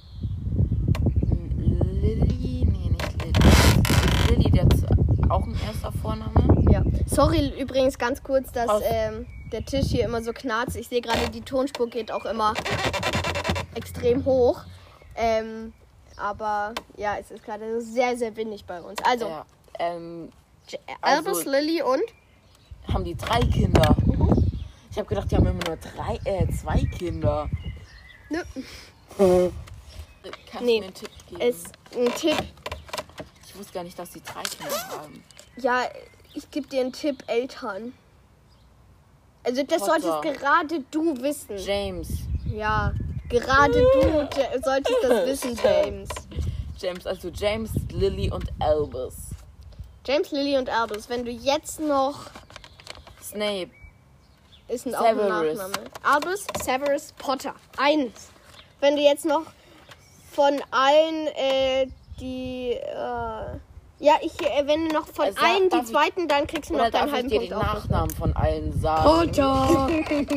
Lily. Nee, nicht Lily. Ist Lily jetzt auch ein erster Vorname? ja. Sorry übrigens ganz kurz, dass Aus- ähm, der Tisch hier immer so knarzt. Ich sehe gerade, die Tonspur geht auch immer extrem hoch. Ähm, aber ja, es ist gerade sehr, sehr windig bei uns. Also, Ja. Ähm, J- also- Albus, Lily und haben die drei Kinder. Ich habe gedacht, die haben immer nur drei, äh, zwei Kinder. Nö. Kannst Nee, du mir einen Tipp geben? ist ein Tipp. Ich wusste gar nicht, dass die drei Kinder haben. Ja, ich gebe dir einen Tipp, Eltern. Also das Potter. solltest gerade du wissen. James. Ja, gerade du Ja- solltest das wissen, James. James, also James, Lily und Albus. James, Lily und Albus. Wenn du jetzt noch... Snape. Ist ein, auch ein Severus. Nachname. Albus Severus Potter. Eins. Wenn du jetzt noch von allen äh, die... Äh, ja, ich, äh, wenn du noch von Also, allen die darf ich- zweiten, dann kriegst du Oder noch deinen darf ich halben dir Punkt den auf. Nachnamen von allen sagen? Potter.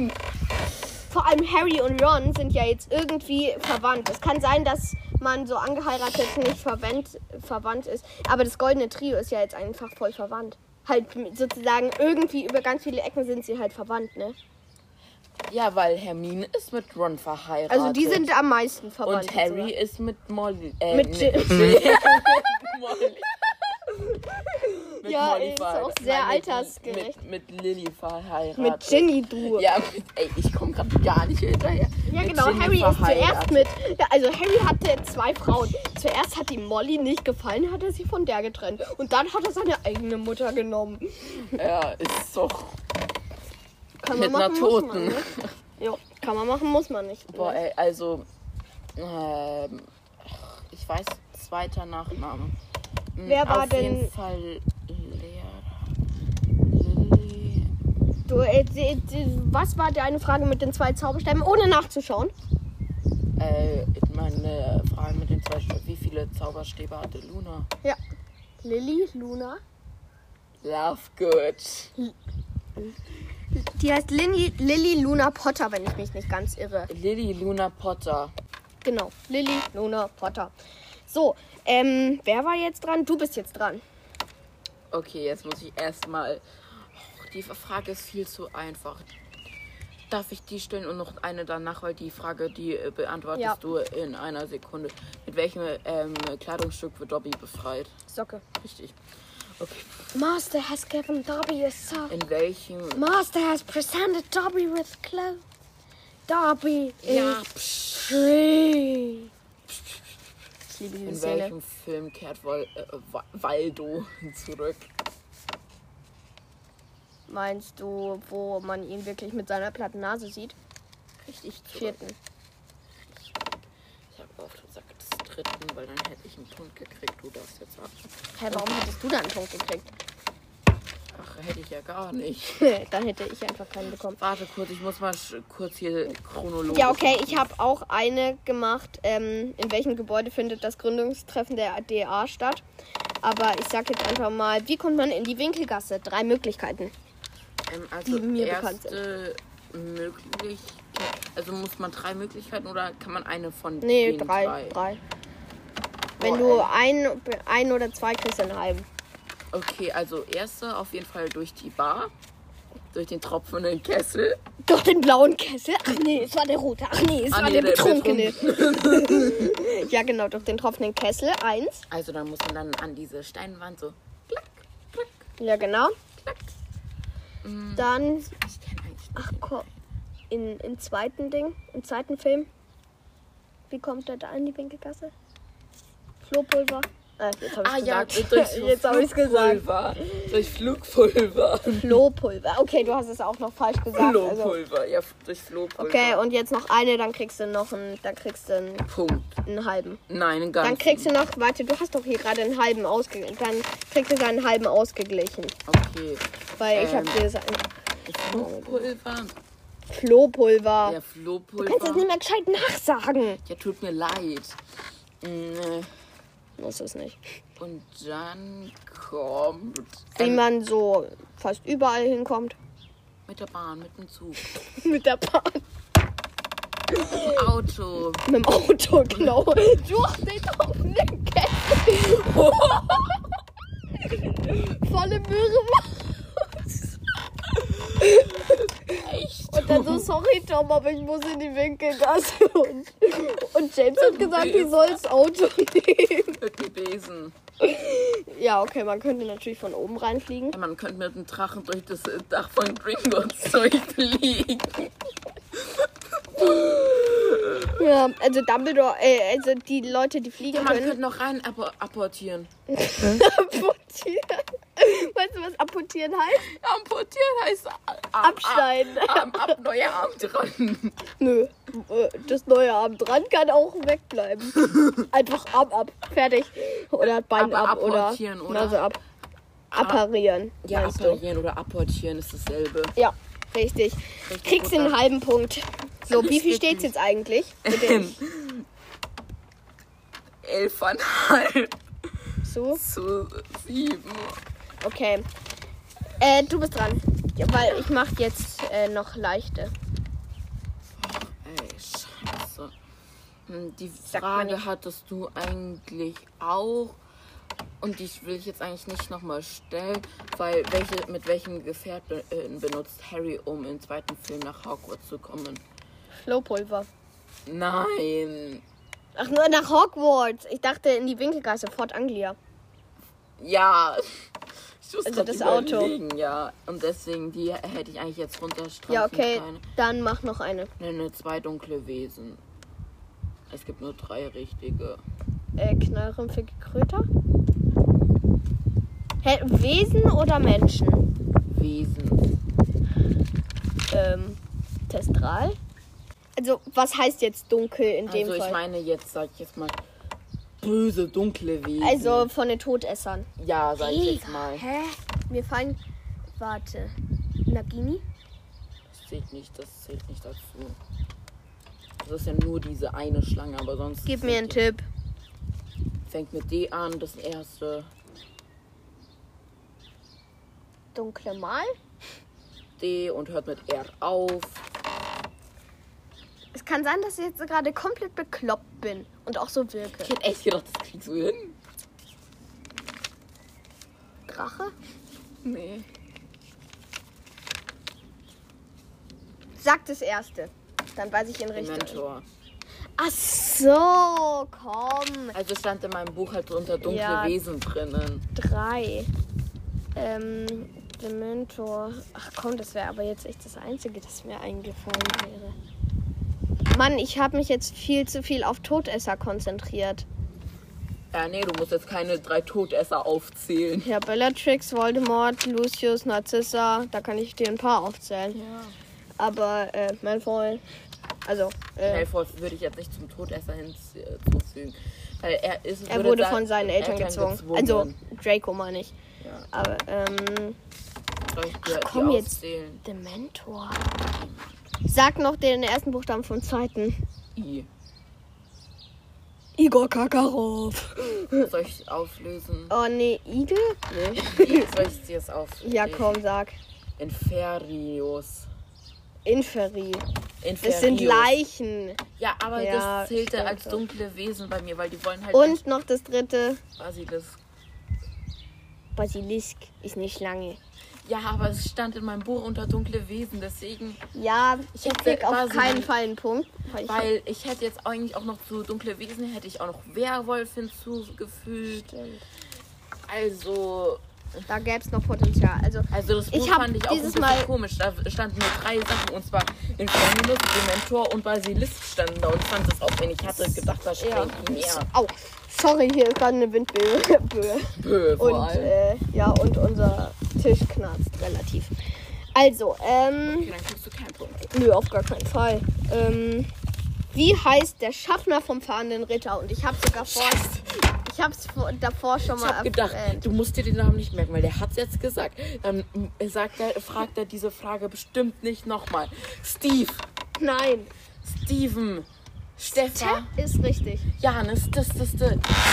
Vor allem Harry und Ron sind ja jetzt irgendwie verwandt. Es kann sein, dass man so angeheiratet nicht verwandt, verwandt ist. Aber das goldene Trio ist ja jetzt einfach voll verwandt. Halt sozusagen irgendwie über ganz viele Ecken sind sie halt verwandt, ne? Ja, weil Hermine ist mit Ron verheiratet. Also die sind am meisten verwandt. Und Harry sogar. ist mit Molly. Äh, Mit mit, Jim. mit Molly. Mit Ja, Molly ist auch verheiratet. sehr Nein, mit- altersgerecht. Mit, mit Lily verheiratet. Mit Ginny, du. Ja, mit, ey, ich komme gerade gar nicht hinterher. Ja, Mit genau. Ginny Harry ist zuerst verheiratet. mit. Ja, also Harry hatte zwei Frauen. Zuerst hat ihm Molly nicht gefallen, hat er sie von der getrennt. Und dann hat er seine eigene Mutter genommen. Ja, ist doch. Kann Mit man einer machen, muss man Toten. nicht. Jo, kann man machen, muss man nicht. Boah, ey, also. Ähm, ich weiß, zweiter Nachname. Hm, Wer war Auf denn- jeden Fall Lehrer. Lily. Du, äh, die, die, was war deine Frage mit den zwei Zauberstäben, ohne nachzuschauen? Äh, meine Frage mit den zwei Stäben. Wie viele Zauberstäbe hatte Luna? Ja. Lily, Luna. Lovegood. Die heißt Lily, Lily Luna Potter, wenn ich mich nicht ganz irre. Lily Luna Potter. Genau, Lily Luna Potter. So, ähm, wer war jetzt dran? Du bist jetzt dran. Okay, jetzt muss ich erstmal. Oh, die Frage ist viel zu einfach. Darf ich die stellen und noch eine danach, weil die Frage, die äh, beantwortest Ja. du in einer Sekunde. Mit welchem ähm, Kleidungsstück wird Dobby befreit? Socke. Richtig. Okay. Master has given Dobby a sock. In welchem. Master has presented Dobby with clothes. Dobby Ja, is free. Ich liebe diese In Szene. welchem Film kehrt Wal äh, Wa- Waldo zurück? Meinst du, wo man ihn wirklich mit seiner platten Nase sieht? Richtig zurück. Vierten. Ich habe oft gesagt, das dritten, weil dann hätte ich einen Punkt gekriegt. Du darfst jetzt ab. Hä, warum hättest du da einen Punkt gekriegt? Ach, hätte ich ja gar nicht. Dann hätte ich einfach keinen bekommen. Warte kurz, ich muss mal sch- kurz hier chronologisch. Ja, okay, ich habe auch eine gemacht. Ähm, in welchem Gebäude findet das Gründungstreffen der D A statt? Aber ich sag jetzt einfach mal, wie kommt man in die Winkelgasse? Drei Möglichkeiten. Ähm, also die mir bekannt erste Möglichkeit. Also muss man drei Möglichkeiten oder kann man eine von Nee, den drei. drei? drei. Wenn Boah, du ey. ein, ein oder zwei kriegst, dann einen halben. Okay, also erste auf jeden Fall durch die Bar. Durch den tropfenden Kessel. Doch den blauen Kessel. Ach nee, es war der rote. Ach nee, es Ah, war nee, der der Betrunkene. Ja, genau, durch den tropfenden Kessel. Eins. Also dann muss man dann an diese Steinwand so klack, klack, Ja, genau. klack. Mm, Dann, ich kenn eigentlich nicht. ach komm, in, im zweiten Ding, im zweiten Film. Wie kommt er da in die Winkelgasse? Flohpulver. Äh, jetzt hab ich's Ah ja, gesagt. durch Jetzt habe ich es gesagt. Flugpulver. Durch Flugpulver. Flohpulver. Okay, du hast es auch noch falsch gesagt. Also. Flohpulver, ja, durch Flohpulver. Okay, und jetzt noch eine, dann kriegst du noch einen, dann kriegst du einen, Punkt. einen halben. Nein, einen ganzen. Dann kriegst du noch, warte, du hast doch hier gerade einen halben ausgeglichen. Dann kriegst du deinen halben ausgeglichen. Okay. Weil ich habe Ähm. dir das ein Flohpulver. Flohpulver. Ja, Flohpulver. Du kannst das nicht mehr gescheit nachsagen. Ja, tut mir leid. Mm, Muss es nicht. Und dann kommt. Wie ähm, man so fast überall hinkommt. mit der Bahn, mit dem Zug. Mit der Bahn. Mit dem Auto. Mit dem Auto, genau. Durch den offenen Kessel. Volle Möhre. Echt? Und dann so, sorry Tom, aber ich muss in die Winkelgasse. Und, und James hat gesagt, ich soll das Auto nehmen. Mit dem Besen. Ja, okay, man könnte natürlich von oben reinfliegen. Ja, man könnte mit dem Drachen durch das Dach von Gringotts durchfliegen. Ja, also Dumbledore, äh, also die Leute, die fliegen Ja, man können. könnte noch rein abo- apportieren. Amputieren. Weißt du, was amputieren heißt? Amputieren heißt Arm, Abschneiden. Arm, ab, neuer Arm dran. Nö, äh, das neue Arm dran kann auch wegbleiben. Einfach Arm ab, fertig. Oder Bein Aber ab oder apportieren, oder? Nase ab. apparieren. Ja, meinst du? apparieren oder apportieren ist dasselbe. Ja, richtig. Richtig Kriegst gut, den ja. halben Punkt. So, wie viel Richtig. steht's jetzt eigentlich? Bitte. Elfeinhalb So, zu sieben. okay. Äh, du bist dran. Ja, weil ich mach jetzt äh, noch leichte. Ey, scheiße. Hm, Die Sagt man Frage nicht. hattest du eigentlich auch. Und die will ich jetzt eigentlich nicht nochmal stellen, weil welche, mit welchem Gefährt be äh, benutzt Harry, um im zweiten Film nach Hogwarts zu kommen? Flowpulver. Nein. Ach, nur nach Hogwarts. Ich dachte in die Winkelgasse, Fort Anglia. Ja. Ich muss Also grad das Auto. überlegen, ja. Und deswegen, die hätte ich eigentlich jetzt runterstreichen Ja, okay. können. Dann mach noch eine. Nenne zwei dunkle Wesen. Es gibt nur drei richtige. Äh, knallrümpfige Kröter? Hä, Wesen oder Menschen? Wesen. Ähm, Testral? Also, was heißt jetzt dunkel in dem Also ich Fall? meine jetzt, sag ich jetzt mal, böse, dunkle Wesen. Also von den Todessern. ja, sag ich jetzt mal. Hä? Mir fallen... Warte. Nagini? Das zählt nicht, das zählt nicht dazu. Das ist ja nur diese eine Schlange, aber sonst... Gib mir einen fängt- Tipp. Fängt mit D an, das erste. Dunkle Mal? D und hört mit R auf. Es kann sein, dass ich jetzt gerade komplett bekloppt bin und auch so wirke. Ich hätte echt gedacht, das kriegst du hin. Drache? Nee. Sag das erste. Dann weiß ich in Richtung. Mentor. Ach so, komm. Also stand in meinem Buch halt drunter dunkle Ja. Wesen drinnen. Drei. Ähm, Dementor. Ach komm, das wäre aber jetzt echt das Einzige, das mir eingefallen wäre. Mann, ich habe mich jetzt viel zu viel auf Todesser konzentriert. Ja, nee, du musst jetzt keine drei Todesser aufzählen. Ja, Bellatrix, Voldemort, Lucius, Narcissa, da kann ich dir ein paar aufzählen. Ja. Aber, äh, mein Freund, also, äh, Malfoy würde ich jetzt nicht zum Todesser hinzufügen. Weil er ist. er würde wurde sagen, von seinen Eltern, gezwungen. Also, Draco meine ich. Ja. Aber, ähm, Soll ich dir Ach, komm die jetzt. aufzählen? Dementor. Sag noch den ersten Buchstaben vom zweiten. I. Igor Kakarov. Soll ich auflösen? Oh, nee, Igel? Nee. I. Soll ich dir es auflösen? Ja, komm, sag. Inferius. Inferi. Inferius. Das sind Leichen. Ja, aber Ja, das zählte stimmt als so. dunkle Wesen bei mir, weil die wollen halt Und noch das dritte. Basilisk. Basilisk ist eine Schlange. Ja, aber es stand in meinem Buch unter dunkle Wesen, deswegen, Ja, ich hätte krieg auf Basilisk- keinen Fall einen Punkt. Weil ich weil ich hätte jetzt eigentlich auch noch zu dunkle Wesen, hätte ich auch noch Werwolf hinzugefügt. Stimmt. Also, Da gäbe es noch Potenzial. Also, also das Ich Buch hab fand ich auch ein dieses bisschen Mal- komisch. Da standen nur drei Sachen, und zwar Infernus, Dementor und Basilisk standen da. Und ich fand das auch, wenn ich hatte gedacht, da steht ja. mehr. Au, sorry, hier ist gerade eine Windböe. Böe. Bö, vor Und, allem. äh, ja, und unser Tisch knarzt relativ. Also, ähm, Okay, dann kriegst du keinen Punkt. nö, auf gar keinen Fall. Ähm, wie heißt der Schaffner vom fahrenden Ritter? Und ich habe sogar vor, ich habe es davor schon Ich mal hab gedacht, erwähnt. du musst dir den Namen nicht merken, weil der hat's jetzt gesagt. Dann mm, sagt er, fragt er diese Frage bestimmt nicht nochmal. Steve, Nein, Steven, Stefan, Tja, ist richtig. Janis, das, das, das.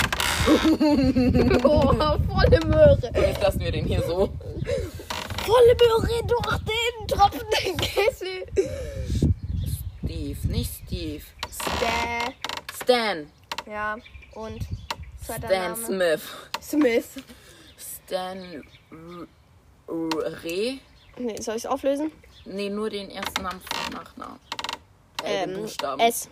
Oh, volle Möhre. Jetzt lassen wir den hier so. Volle Möhre durch den tropfenden Kessel. Steve, nicht Steve. Stan. Stan. Ja, und zweiter Stan Name. Smith. Smith. Stan R- R- Re. Nee, soll ich es auflösen? Nee, nur den ersten Namen vom Nachnamen. Äh, den Ähm, Buchstaben. S.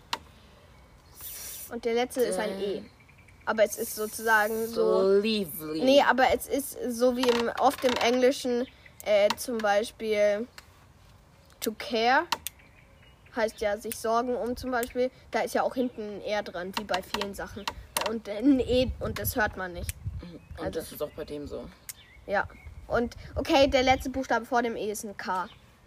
Und der letzte ist ein E. Aber es ist sozusagen so. So lively. Nee, aber es ist so wie im, oft im Englischen äh, zum Beispiel to care. Heißt ja sich sorgen um zum Beispiel. Da ist ja auch hinten ein R dran, wie bei vielen Sachen. Und ein E und das hört man nicht. Und also- das ist auch bei dem so. Ja. Und okay, der letzte Buchstabe vor dem E ist ein K.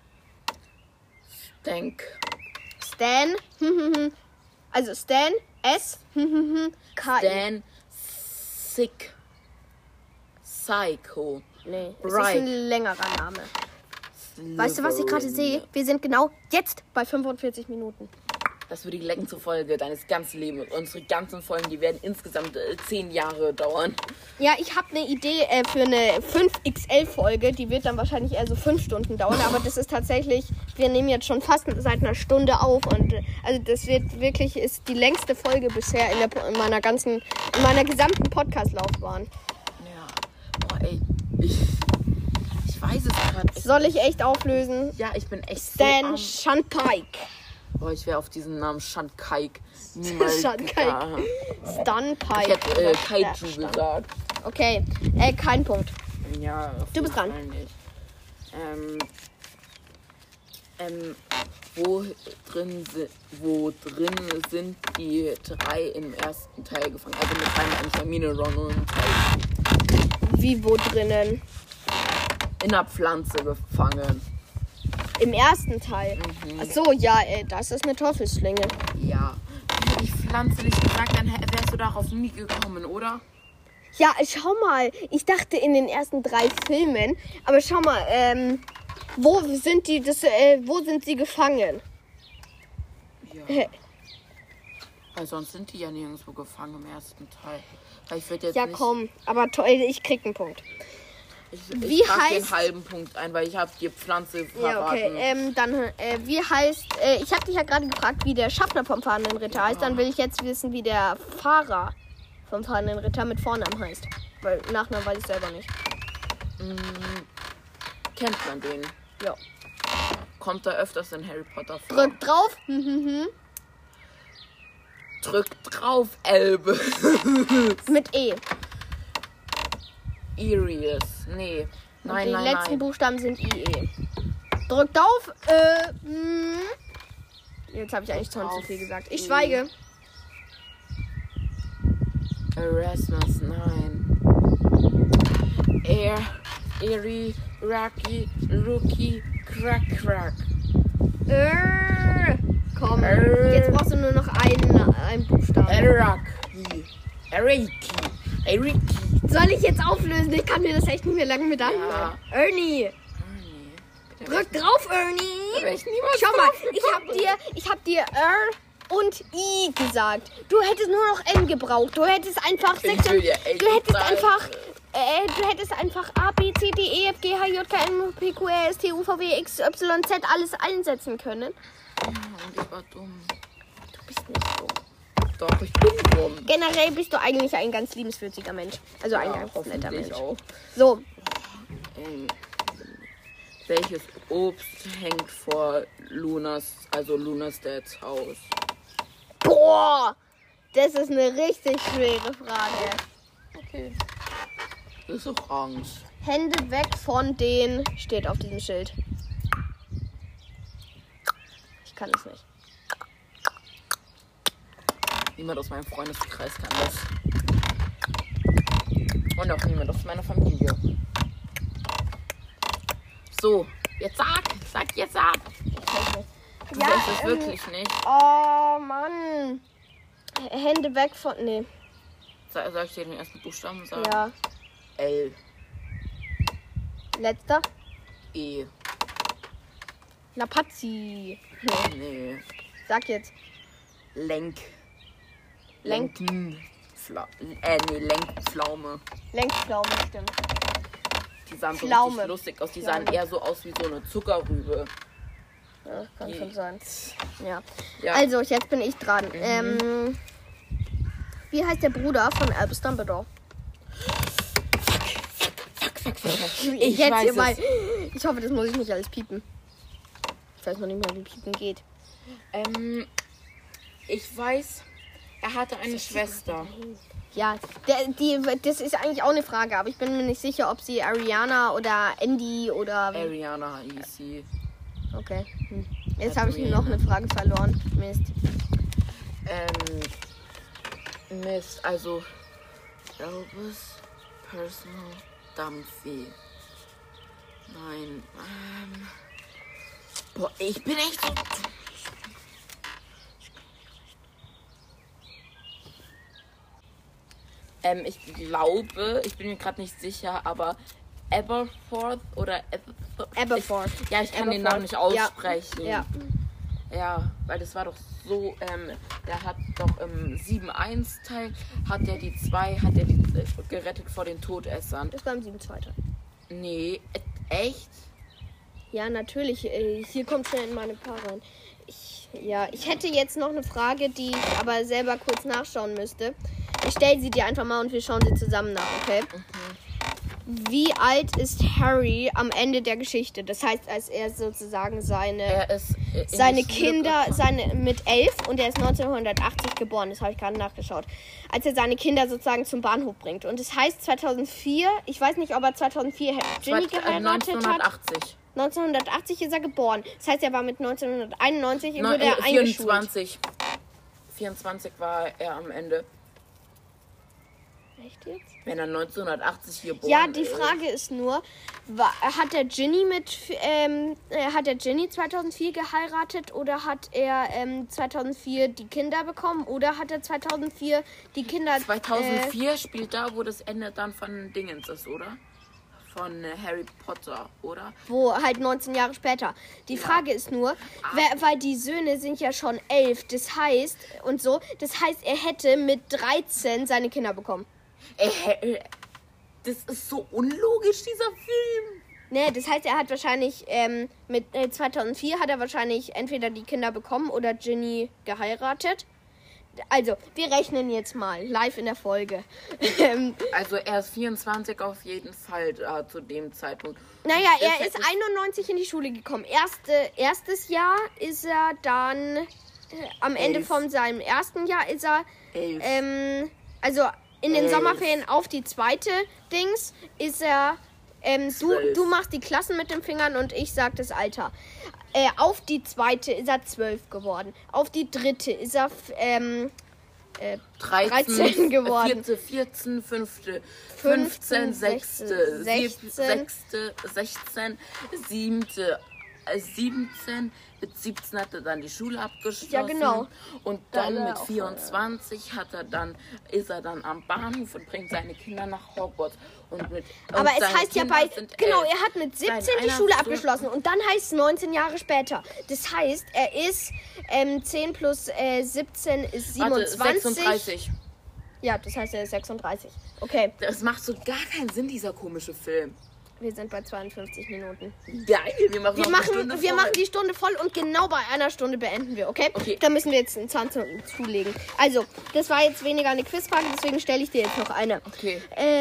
Denk. Stan. Also Stan. S. K. Stan Sick. Psycho. Nee, es Right. ist ein längerer Name. Weißt du, was ich gerade sehe? Wir sind genau jetzt bei fünfundvierzig Minuten. Das würde die Lecken zur Folge deines ganzen Lebens. Unsere ganzen Folgen, die werden insgesamt äh, zehn Jahre dauern. Ja, ich habe eine Idee äh, für eine fünf X L-Folge. Die wird dann wahrscheinlich eher so fünf Stunden dauern. Aber das ist tatsächlich, wir nehmen jetzt schon fast seit einer Stunde auf. Und äh, also das wird wirklich, ist die längste Folge bisher in, der, in meiner ganzen, in meiner gesamten Podcast-Laufbahn. Ja. Boah, ey. Ich, ich weiß es gerade. Soll ich echt auflösen? Ja, ich bin echt so Stan am... Shunpike. Boah, ich wäre auf diesen Namen Shankaik niemals Shunpike. gekommen. Stunpike. Ich hätte äh, Ja, Kaiju Stan. gesagt. Okay, äh, kein Punkt. Ja, auf Du bist jeden dran. Fall nicht. Ähm, ähm, wo drin, si- wo drin sind die drei im ersten Teil gefangen? Also mit einem eigentlich Hermine, Ron und Harry. Wie wo drinnen? In einer Pflanze gefangen. Im ersten Teil. Mhm. Ach so, ja, ey, das ist eine Teufelsschlinge. Ja. Hätte ich Pflanze nicht gesagt, dann hä- wärst du darauf nie gekommen, oder? Ja, schau mal. Ich dachte in den ersten drei Filmen, aber schau mal, ähm, wo sind die, das, äh, wo sind sie gefangen? Ja. Äh, Weil sonst sind die ja nirgendwo gefangen im ersten Teil. Weil ich würde jetzt ja, nicht... komm, aber toll, ich krieg einen Punkt. Ich, Wie ich trag heißt- den halben Punkt ein, weil ich habe die Pflanze verraten. Ja, okay, ähm, dann, äh, wie heißt, äh, ich habe dich ja gerade gefragt, wie der Schaffner vom fahrenden Ritter heißt, dann will ich jetzt wissen, wie der Fahrer vom fahrenden Ritter mit Vornamen heißt. Weil Nachnamen weiß ich selber nicht. Mm, kennt man den? Ja. Kommt er öfters in Harry Potter vor? Drück drauf. Hm, hm, hm. Drück drauf, Elbe. Mit E. Irius. Nee. Nein, Die nein, letzten nein. Buchstaben sind I E. Drückt auf. Äh, hm. Jetzt habe ich eigentlich schon zu viel gesagt. Ich I. schweige. Erasmus, nein. Er, Eri, Rocky, Rookie, Crack, Crack. Äh, komm. Äh. Jetzt brauchst du nur noch einen, einen Buchstaben. Eraki. Eriki. Eriki. Soll ich jetzt auflösen? Ich kann mir das echt nicht mehr lange mit anhören. Ja. Ernie. Drück drauf, Ernie. wär ich niemals Schau mal, drauf ich hab dir, ich hab dir R und I gesagt. Du hättest nur noch N gebraucht. Du hättest einfach sechs. will ja echt Du hättest sagen. einfach. Äh, du hättest einfach A, B, C, D, E, F, G, H, J, K, L, M, P, Q, R, S, T, U, V, W, X, Y, Z alles einsetzen können. Und ich war dumm. Du bist nicht so. Doch, ich bin dumm. Generell bist du eigentlich ein ganz liebenswürdiger Mensch. Also ein Ja, ganz netter hoffentlich Mensch. auch. So, Ähm, welches Obst hängt vor Lunas, also Lunas Dads Haus? boah, das ist eine richtig schwere Frage. Okay. Das ist orange. Hände weg von den, steht auf diesem Schild. Ich kann es nicht. Niemand aus meinem Freundeskreis kann das. Und auch niemand aus meiner Familie. So, jetzt sag. Sag jetzt sag. Du Ja, weißt es ähm, wirklich nicht. Oh Mann. Hände weg von, nee, Sag, sag ich dir den ersten Buchstaben? Sag. ja. L. Letzter. E. Lapazzi. Nee. Sag jetzt. Lenk. Lenk. Lenken. Fla äh, nee, Lenkpflaume. Lenkpflaume, stimmt. Die sahen so Pflaume. richtig lustig aus. Die sahen Pflaume. eher so aus wie so eine Zuckerrübe. Ja, kann Die- schon sein. Ja. Ja. Also, jetzt bin ich dran. Mhm. Ähm, wie heißt der Bruder von Albus Dumbledore? Ich jetzt weiß hier es. mal. Ich hoffe, das muss ich nicht alles piepen. Ich weiß noch nicht mal, wie piepen geht. Ähm, ich weiß, er hatte eine Schwester. Ja, der, die, das ist eigentlich auch eine Frage, aber ich bin mir nicht sicher, ob sie Ariana oder Andy oder. Ariana hieß sie. Okay. Hm. Jetzt Adriana. habe ich noch eine Frage verloren. Mist. Ähm, Mist, also Albus Personal Dumpy. Nein, ähm. Boah, ich bin echt so. Ähm, ich glaube, ich bin mir gerade nicht sicher, aber Aberforth oder Aberforth. Aberforth. Ich, ja, ich kann Aberforth. den Namen nicht aussprechen. Ja. Ja, weil das war doch so, ähm, der hat doch im sieben eins Teil, hat der die zwei, hat der die äh, gerettet vor den Todessern. Das war im sieben zwei Teil. Nee, e- echt? Ja, natürlich. Äh, hier kommt schnell in meine Paar rein. Ich, ja, ich hätte jetzt noch eine Frage, die ich aber selber kurz nachschauen müsste. Ich stelle sie dir einfach mal und wir schauen sie zusammen nach, okay? Wie alt ist Harry am Ende der Geschichte? Das heißt, als er sozusagen seine, Er ist äh, in seine die Schule Kinder, gekommen. seine mit elf und er ist neunzehnhundertachtzig geboren. Das habe ich gerade nachgeschaut. Als er seine Kinder sozusagen zum Bahnhof bringt. Und das heißt zweitausendvier, ich weiß nicht, ob er zweitausendvier Ginny Zweit- äh, geheiratet hat. neunzehnhundertachtzig. neunzehnhundertachtzig ist er geboren. Das heißt, er war mit neunzehnhunderteinundneunzig Neun- wurde er äh, eingeschult. vierundzwanzig. vierundzwanzig war er am Ende. Echt jetzt? Wenn er neunzehnhundertachtzig hier geboren Ja, die ist. Frage ist nur, war, hat der Ginny mit ähm, äh, hat der Ginny zweitausendvier geheiratet oder hat er ähm, zweitausendvier die Kinder bekommen oder hat er zweitausendvier die Kinder zweitausendvier spielt da, wo das Ende dann von Dingens ist, oder? Von äh, Harry Potter, oder? äh, wo halt neunzehn Jahre später. Die Frage ist nur, wer, weil die Söhne sind ja schon elf, das heißt und so, das heißt, er hätte mit dreizehn seine Kinder bekommen. Äh, äh, das ist so unlogisch, dieser Film. Ne, das heißt, er hat wahrscheinlich ähm, mit äh, zweitausendvier hat er wahrscheinlich entweder die Kinder bekommen oder Ginny geheiratet. Also, wir rechnen jetzt mal live in der Folge. Ähm, Also er ist vierundzwanzig auf jeden Fall da zu dem Zeitpunkt. naja, Das er ist einundneunzig in die Schule gekommen. Erste, erstes Jahr ist er dann, äh, am Ende Elf. von seinem ersten Jahr ist er, Elf. ähm, also in den Elf. Sommerferien auf die zweite Dings ist er, ähm, du, Zwölf. du machst die Klassen mit den Fingern und ich sag das Alter. Äh, auf die zweite ist er zwölf geworden. Auf die dritte ist er, f- ähm, äh, dreizehn geworden. Vierte, vierzehn, fünfte, Fünfzehn, fünfzehn, sechste, sechzehn. sechste, sechzehn, siebte, äh, siebzehn. Mit siebzehn hat er dann die Schule abgeschlossen. Ja, genau. Und Da dann war er mit auch vierundzwanzig hat er dann, ist er dann am Bahnhof und bringt seine Kinder nach Hogwarts. Und mit, Aber und es seine heißt ja Kinder bei, sind genau, elf. er hat mit siebzehn Nein, die einer Schule so- abgeschlossen und dann heißt es neunzehn Jahre später. Das heißt, er ist ähm, zehn plus äh, siebzehn ist Warte, siebenundzwanzig. sechsunddreißig. Ja, das heißt, er ist sechsunddreißig. Okay, Das macht so gar keinen Sinn, dieser komische Film. wir sind bei zweiundfünfzig Minuten. Geil, wir machen Wir noch eine machen, Stunde wir voll. machen die Stunde voll und genau bei einer Stunde beenden wir, okay? Okay. Da müssen wir jetzt einen Zahn zu- zulegen. Also, das war jetzt weniger eine Quizfrage, deswegen stelle ich dir jetzt noch eine. Okay.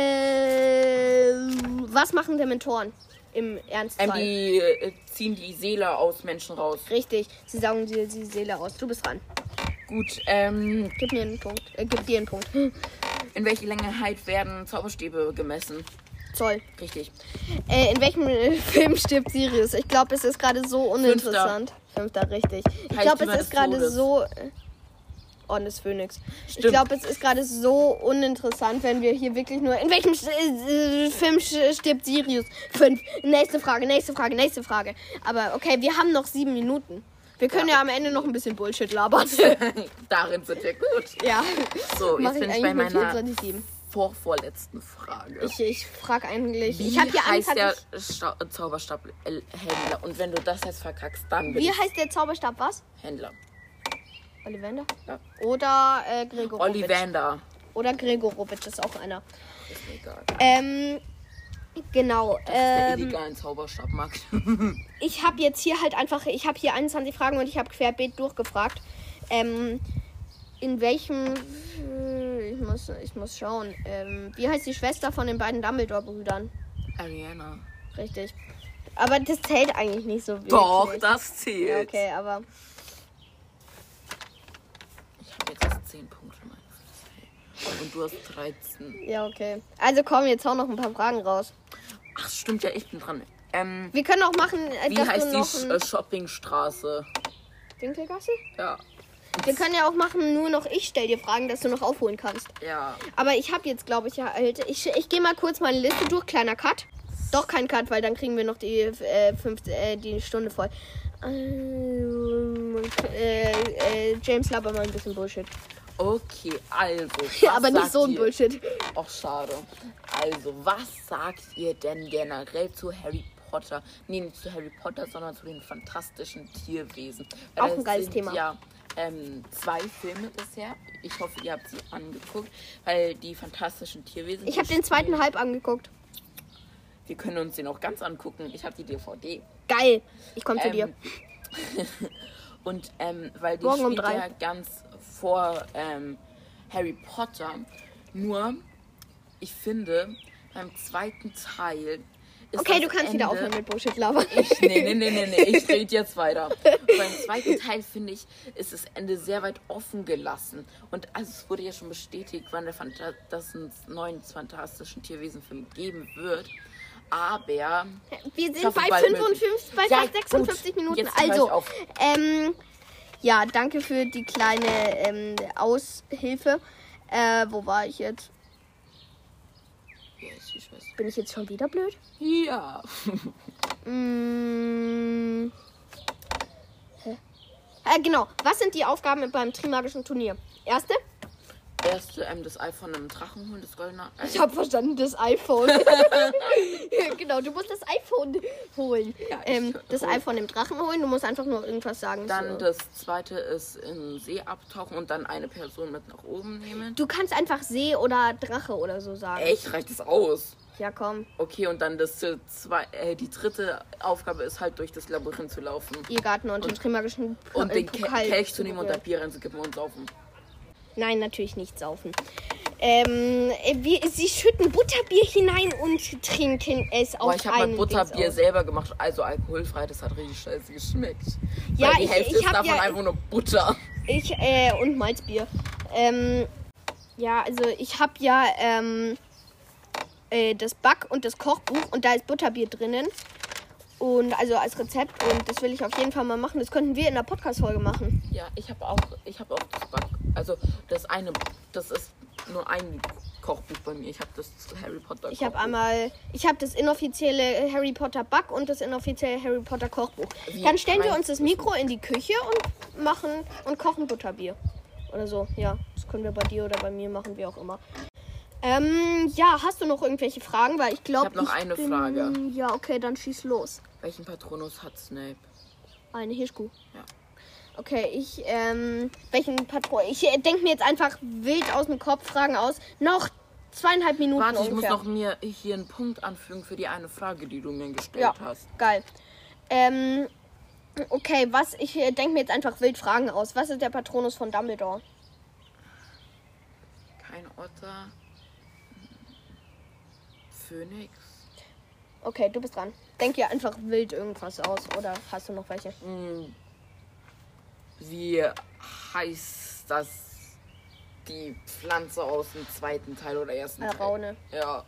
Äh, was machen Dementoren im Ernstfall? Ähm, die äh, ziehen die Seele aus Menschen raus. Richtig, sie saugen die, die Seele aus. Du bist dran. Gut, ähm, Gib mir einen Punkt. Äh, gib dir einen Punkt. in welche Längeheit werden Zauberstäbe gemessen? Zoll. Richtig. Äh, in welchem äh, Film stirbt Sirius? Ich glaube, es ist gerade so uninteressant. Fünfter, richtig. Ich glaube, Heiligtümer es des ist gerade Todes. so. Äh, Orden des Phönix. Ich Stimmt. glaube, es ist gerade so uninteressant, wenn wir hier wirklich nur. In welchem äh, äh, Film sch- stirbt Sirius? Fünf. Nächste Frage, nächste Frage, nächste Frage. Aber okay, wir haben noch sieben Minuten. Wir können ja, am Ende noch ein bisschen Bullshit labern. Darin sind wir gut. ja. So, Mach jetzt bin ich ich bei eigentlich mit meiner vierundzwanzig sieben. vorvorletzten Frage. Ich, ich frage eigentlich. Wie ich habe hier heißt der einundzwanzig. Sta Zauberstabhändler? Und wenn du das jetzt verkackst, dann bin Wie ich heißt der Zauberstab was? Händler. Ollivander? Ja. Oder äh, Gregorowitsch. Ollivander. Oder Gregorowitsch ist auch einer. Ist mir egal. Ähm, genau. Der Ähm, illegalen Zauberstabmarkt. ich habe jetzt hier halt einfach, ich habe hier einundzwanzig Fragen und ich habe querbeet durchgefragt. Ähm, in welchem, ich muss, ich muss schauen. Ähm, wie heißt die Schwester von den beiden Dumbledore-Brüdern? Ariana. Richtig. Aber das zählt eigentlich nicht so wirklich. Doch, das zählt. Ja, okay, aber Ich habe jetzt erst zehn Punkte. Meine Fresse. Und du hast dreizehn. ja, okay. Also komm, jetzt hau noch ein paar Fragen raus. Ach, stimmt ja, ich bin dran. Ähm, Wir können auch machen, äh, wie dass heißt du die noch Sch- ein äh, Shoppingstraße? Winkelgasse? Ja. Wir können ja auch machen, nur noch ich stell dir Fragen, dass du noch aufholen kannst. Ja. Aber ich habe jetzt, glaube ich, ja, halt, ich, ich gehe mal kurz meine Liste durch. Kleiner Cut. Doch kein Cut, weil dann kriegen wir noch die, äh, fünf, äh, die Stunde voll. Ähm, äh, äh, James labert mal ein bisschen Bullshit. Okay, also. Ja, aber nicht sagt so ein ihr? Bullshit. Ach, schade. Also, was sagt ihr denn generell zu Harry Potter? Nee, nicht zu Harry Potter, sondern zu den fantastischen Tierwesen. Weil Auch ein das geiles sind Thema. Ja, ähm, zwei Filme bisher. Ich hoffe, ihr habt sie angeguckt, weil die fantastischen Tierwesen. Ich habe den zweiten halb angeguckt. Wir können uns den auch ganz angucken. Ich habe die D V D. Geil. Ich komme zu Ähm, dir. Und ähm, weil die Morgen um spielt drei. ja ganz vor ähm, Harry Potter. Nur, ich finde, beim zweiten Teil ist Okay, du das kannst wieder Ende- aufhören mit Bullshit labern. Ich, nee, nee, nee, nee, nee, ich rede jetzt weiter. Beim zweiten Teil, finde ich, ist das Ende sehr weit offen gelassen. Und also es wurde ja schon bestätigt, wann der Phanta- dass es einen neuen fantastischen Tierwesenfilm geben wird. Aber Wir Ich sind hoffe, bei bald fünfundfünfzig, bei Ja, fast sechsundfünfzig gut. Minuten. Jetzt hör ich Also, auf. ähm, ja, danke für die kleine ähm, Aushilfe. Äh, wo war ich jetzt? Ja, ist die Schwester. Bin ich jetzt schon wieder blöd? Ja. Mm. Hä? Äh, genau. Was sind die Aufgaben beim Trimagischen Turnier? Erste? Erste, ähm, das iPhone im Drachen holen, das goldene. Äh, Ich habe verstanden, das iPhone. Genau, du musst das iPhone holen. Ja, ich ähm, das hol- iPhone im Drachen holen. Du musst einfach nur irgendwas sagen. Dann so. das zweite ist im See abtauchen und dann eine Person mit nach oben nehmen. Du kannst einfach See oder Drache oder so sagen. Echt, reicht das aus? Ja, komm. Okay, und dann das äh, zwei, äh, die dritte Aufgabe ist halt durch das Labyrinth zu laufen. Irrgarten und, den Trimagischen Po- Und äh, den Ke Pokal Kelch zu nehmen und da berühren. Bier reinzukippen und saufen. Nein, natürlich nicht saufen. Ähm, äh, wir, sie schütten Butterbier hinein und trinken es Aber auf ich habe mal einen Butterbier Dings aus. selber gemacht, also alkoholfrei, das hat richtig scheiße geschmeckt. Ja, Weil die ich- Hälfte ich ist hab davon ja- einfach nur Butter. Ich, äh, und Malzbier. Ähm, ja, also ich habe ja, ähm, äh, das Back- und das Kochbuch und da ist Butterbier drinnen. Und also als Rezept und das will ich auf jeden Fall mal machen. Das könnten wir in der Podcast-Folge machen. Ja, ich habe auch, ich habe auch das Back, also das eine, das ist nur ein Kochbuch bei mir. Ich habe das Harry Potter Ich habe Kochbuch. einmal, ich habe das inoffizielle Harry Potter Back und das inoffizielle Harry Potter Kochbuch. Wie Dann stellen wir meinst uns das du? Mikro in die Küche und machen und kochen Butterbier. Oder so, ja. Das können wir bei dir oder bei mir machen, wie auch immer. Ähm, ja, hast du noch irgendwelche Fragen? Weil ich glaube, Ich hab noch eine bin, Frage. Ja, okay, dann schieß los. Welchen Patronus hat Snape? Eine Hirschkuh. Ja. Okay, ich, ähm, welchen Patron? Ich äh, denke mir jetzt einfach wild aus dem Kopf Fragen aus. Noch zweieinhalb Minuten Warte, ich muss ungefähr. noch mir hier einen Punkt anfügen für die eine Frage, die du mir gestellt Ja, hast. geil. Ähm, okay, was, ich äh, denke mir jetzt einfach wild Fragen aus. Was ist der Patronus von Dumbledore? Kein Otter. Phönix. Okay, du bist dran. Denk dir einfach wild irgendwas aus. Oder hast du noch welche? Hm. Wie heißt das die Pflanze aus dem zweiten Teil oder ersten Teil? Alraune. Ja.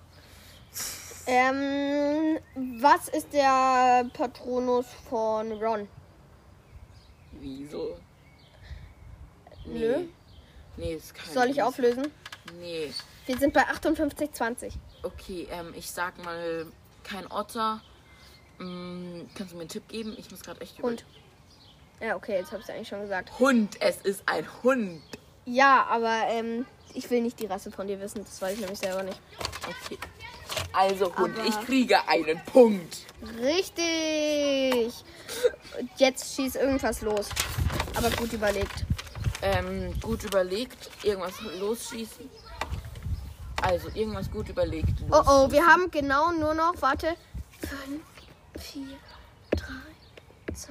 Ähm, was ist der Patronus von Ron? Wieso? Nö. Nee, ist kein. Soll ich Wieso. auflösen? Nee. Wir sind bei achtundfünfzig zwanzig. Okay, ähm, ich sag mal kein Otter. Hm, kannst du mir einen Tipp geben? Ich muss gerade echt über- Hund. Ja, okay, jetzt habe ich eigentlich schon gesagt. Hund, es ist ein Hund. Ja, aber ähm, ich will nicht die Rasse von dir wissen. Das weiß ich nämlich selber nicht. Okay. Also Hund, Aber- ich kriege einen Punkt. Richtig. Und jetzt schieß irgendwas los. Aber gut überlegt. Ähm, gut überlegt, irgendwas losschießen. Also irgendwas gut überlegt. Oh oh, wir haben genau nur noch, warte. fünf, vier, drei, zwei.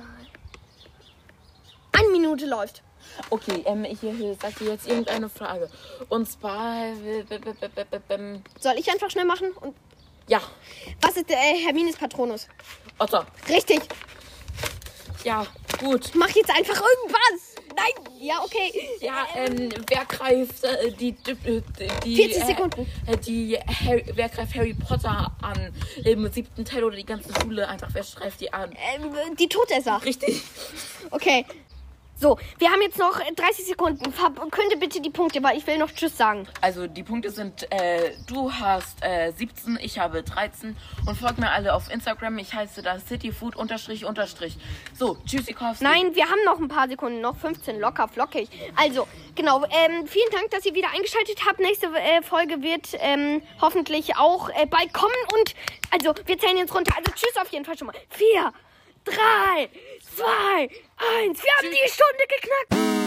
Eine Minute läuft. Okay, ähm, ich hier sag dir jetzt irgendeine Frage. Und zwar, äh, Soll ich einfach schnell machen? Und ja, was ist der äh, Hermines Patronus? Otter. Richtig. Ja, gut. Mach jetzt einfach irgendwas. Nein. Ja, okay. Ja, ähm, wer greift äh, die, die, die vierzig Sekunden. Äh, die Harry, wer greift Harry Potter an im siebten Teil oder die ganze Schule einfach? Wer schreibt die an? Ähm, die Todesser. Richtig. Okay. So, wir haben jetzt noch dreißig Sekunden. Verkünde bitte die Punkte, weil ich will noch Tschüss sagen. Also die Punkte sind, äh, du hast äh, siebzehn, ich habe dreizehn und folgt mir alle auf Instagram. Ich heiße da cityfood unterstrich unterstrich. So, Tschüssikowski. Nein, wir haben noch ein paar Sekunden, noch fünfzehn, locker, flockig. Also, genau, ähm, vielen Dank, dass ihr wieder eingeschaltet habt. Nächste äh, Folge wird ähm, hoffentlich auch äh, bald kommen und, also, wir zählen jetzt runter. Also, tschüss auf jeden Fall schon mal. Vier, drei, zwei, eins. Wir haben die Stunde geknackt.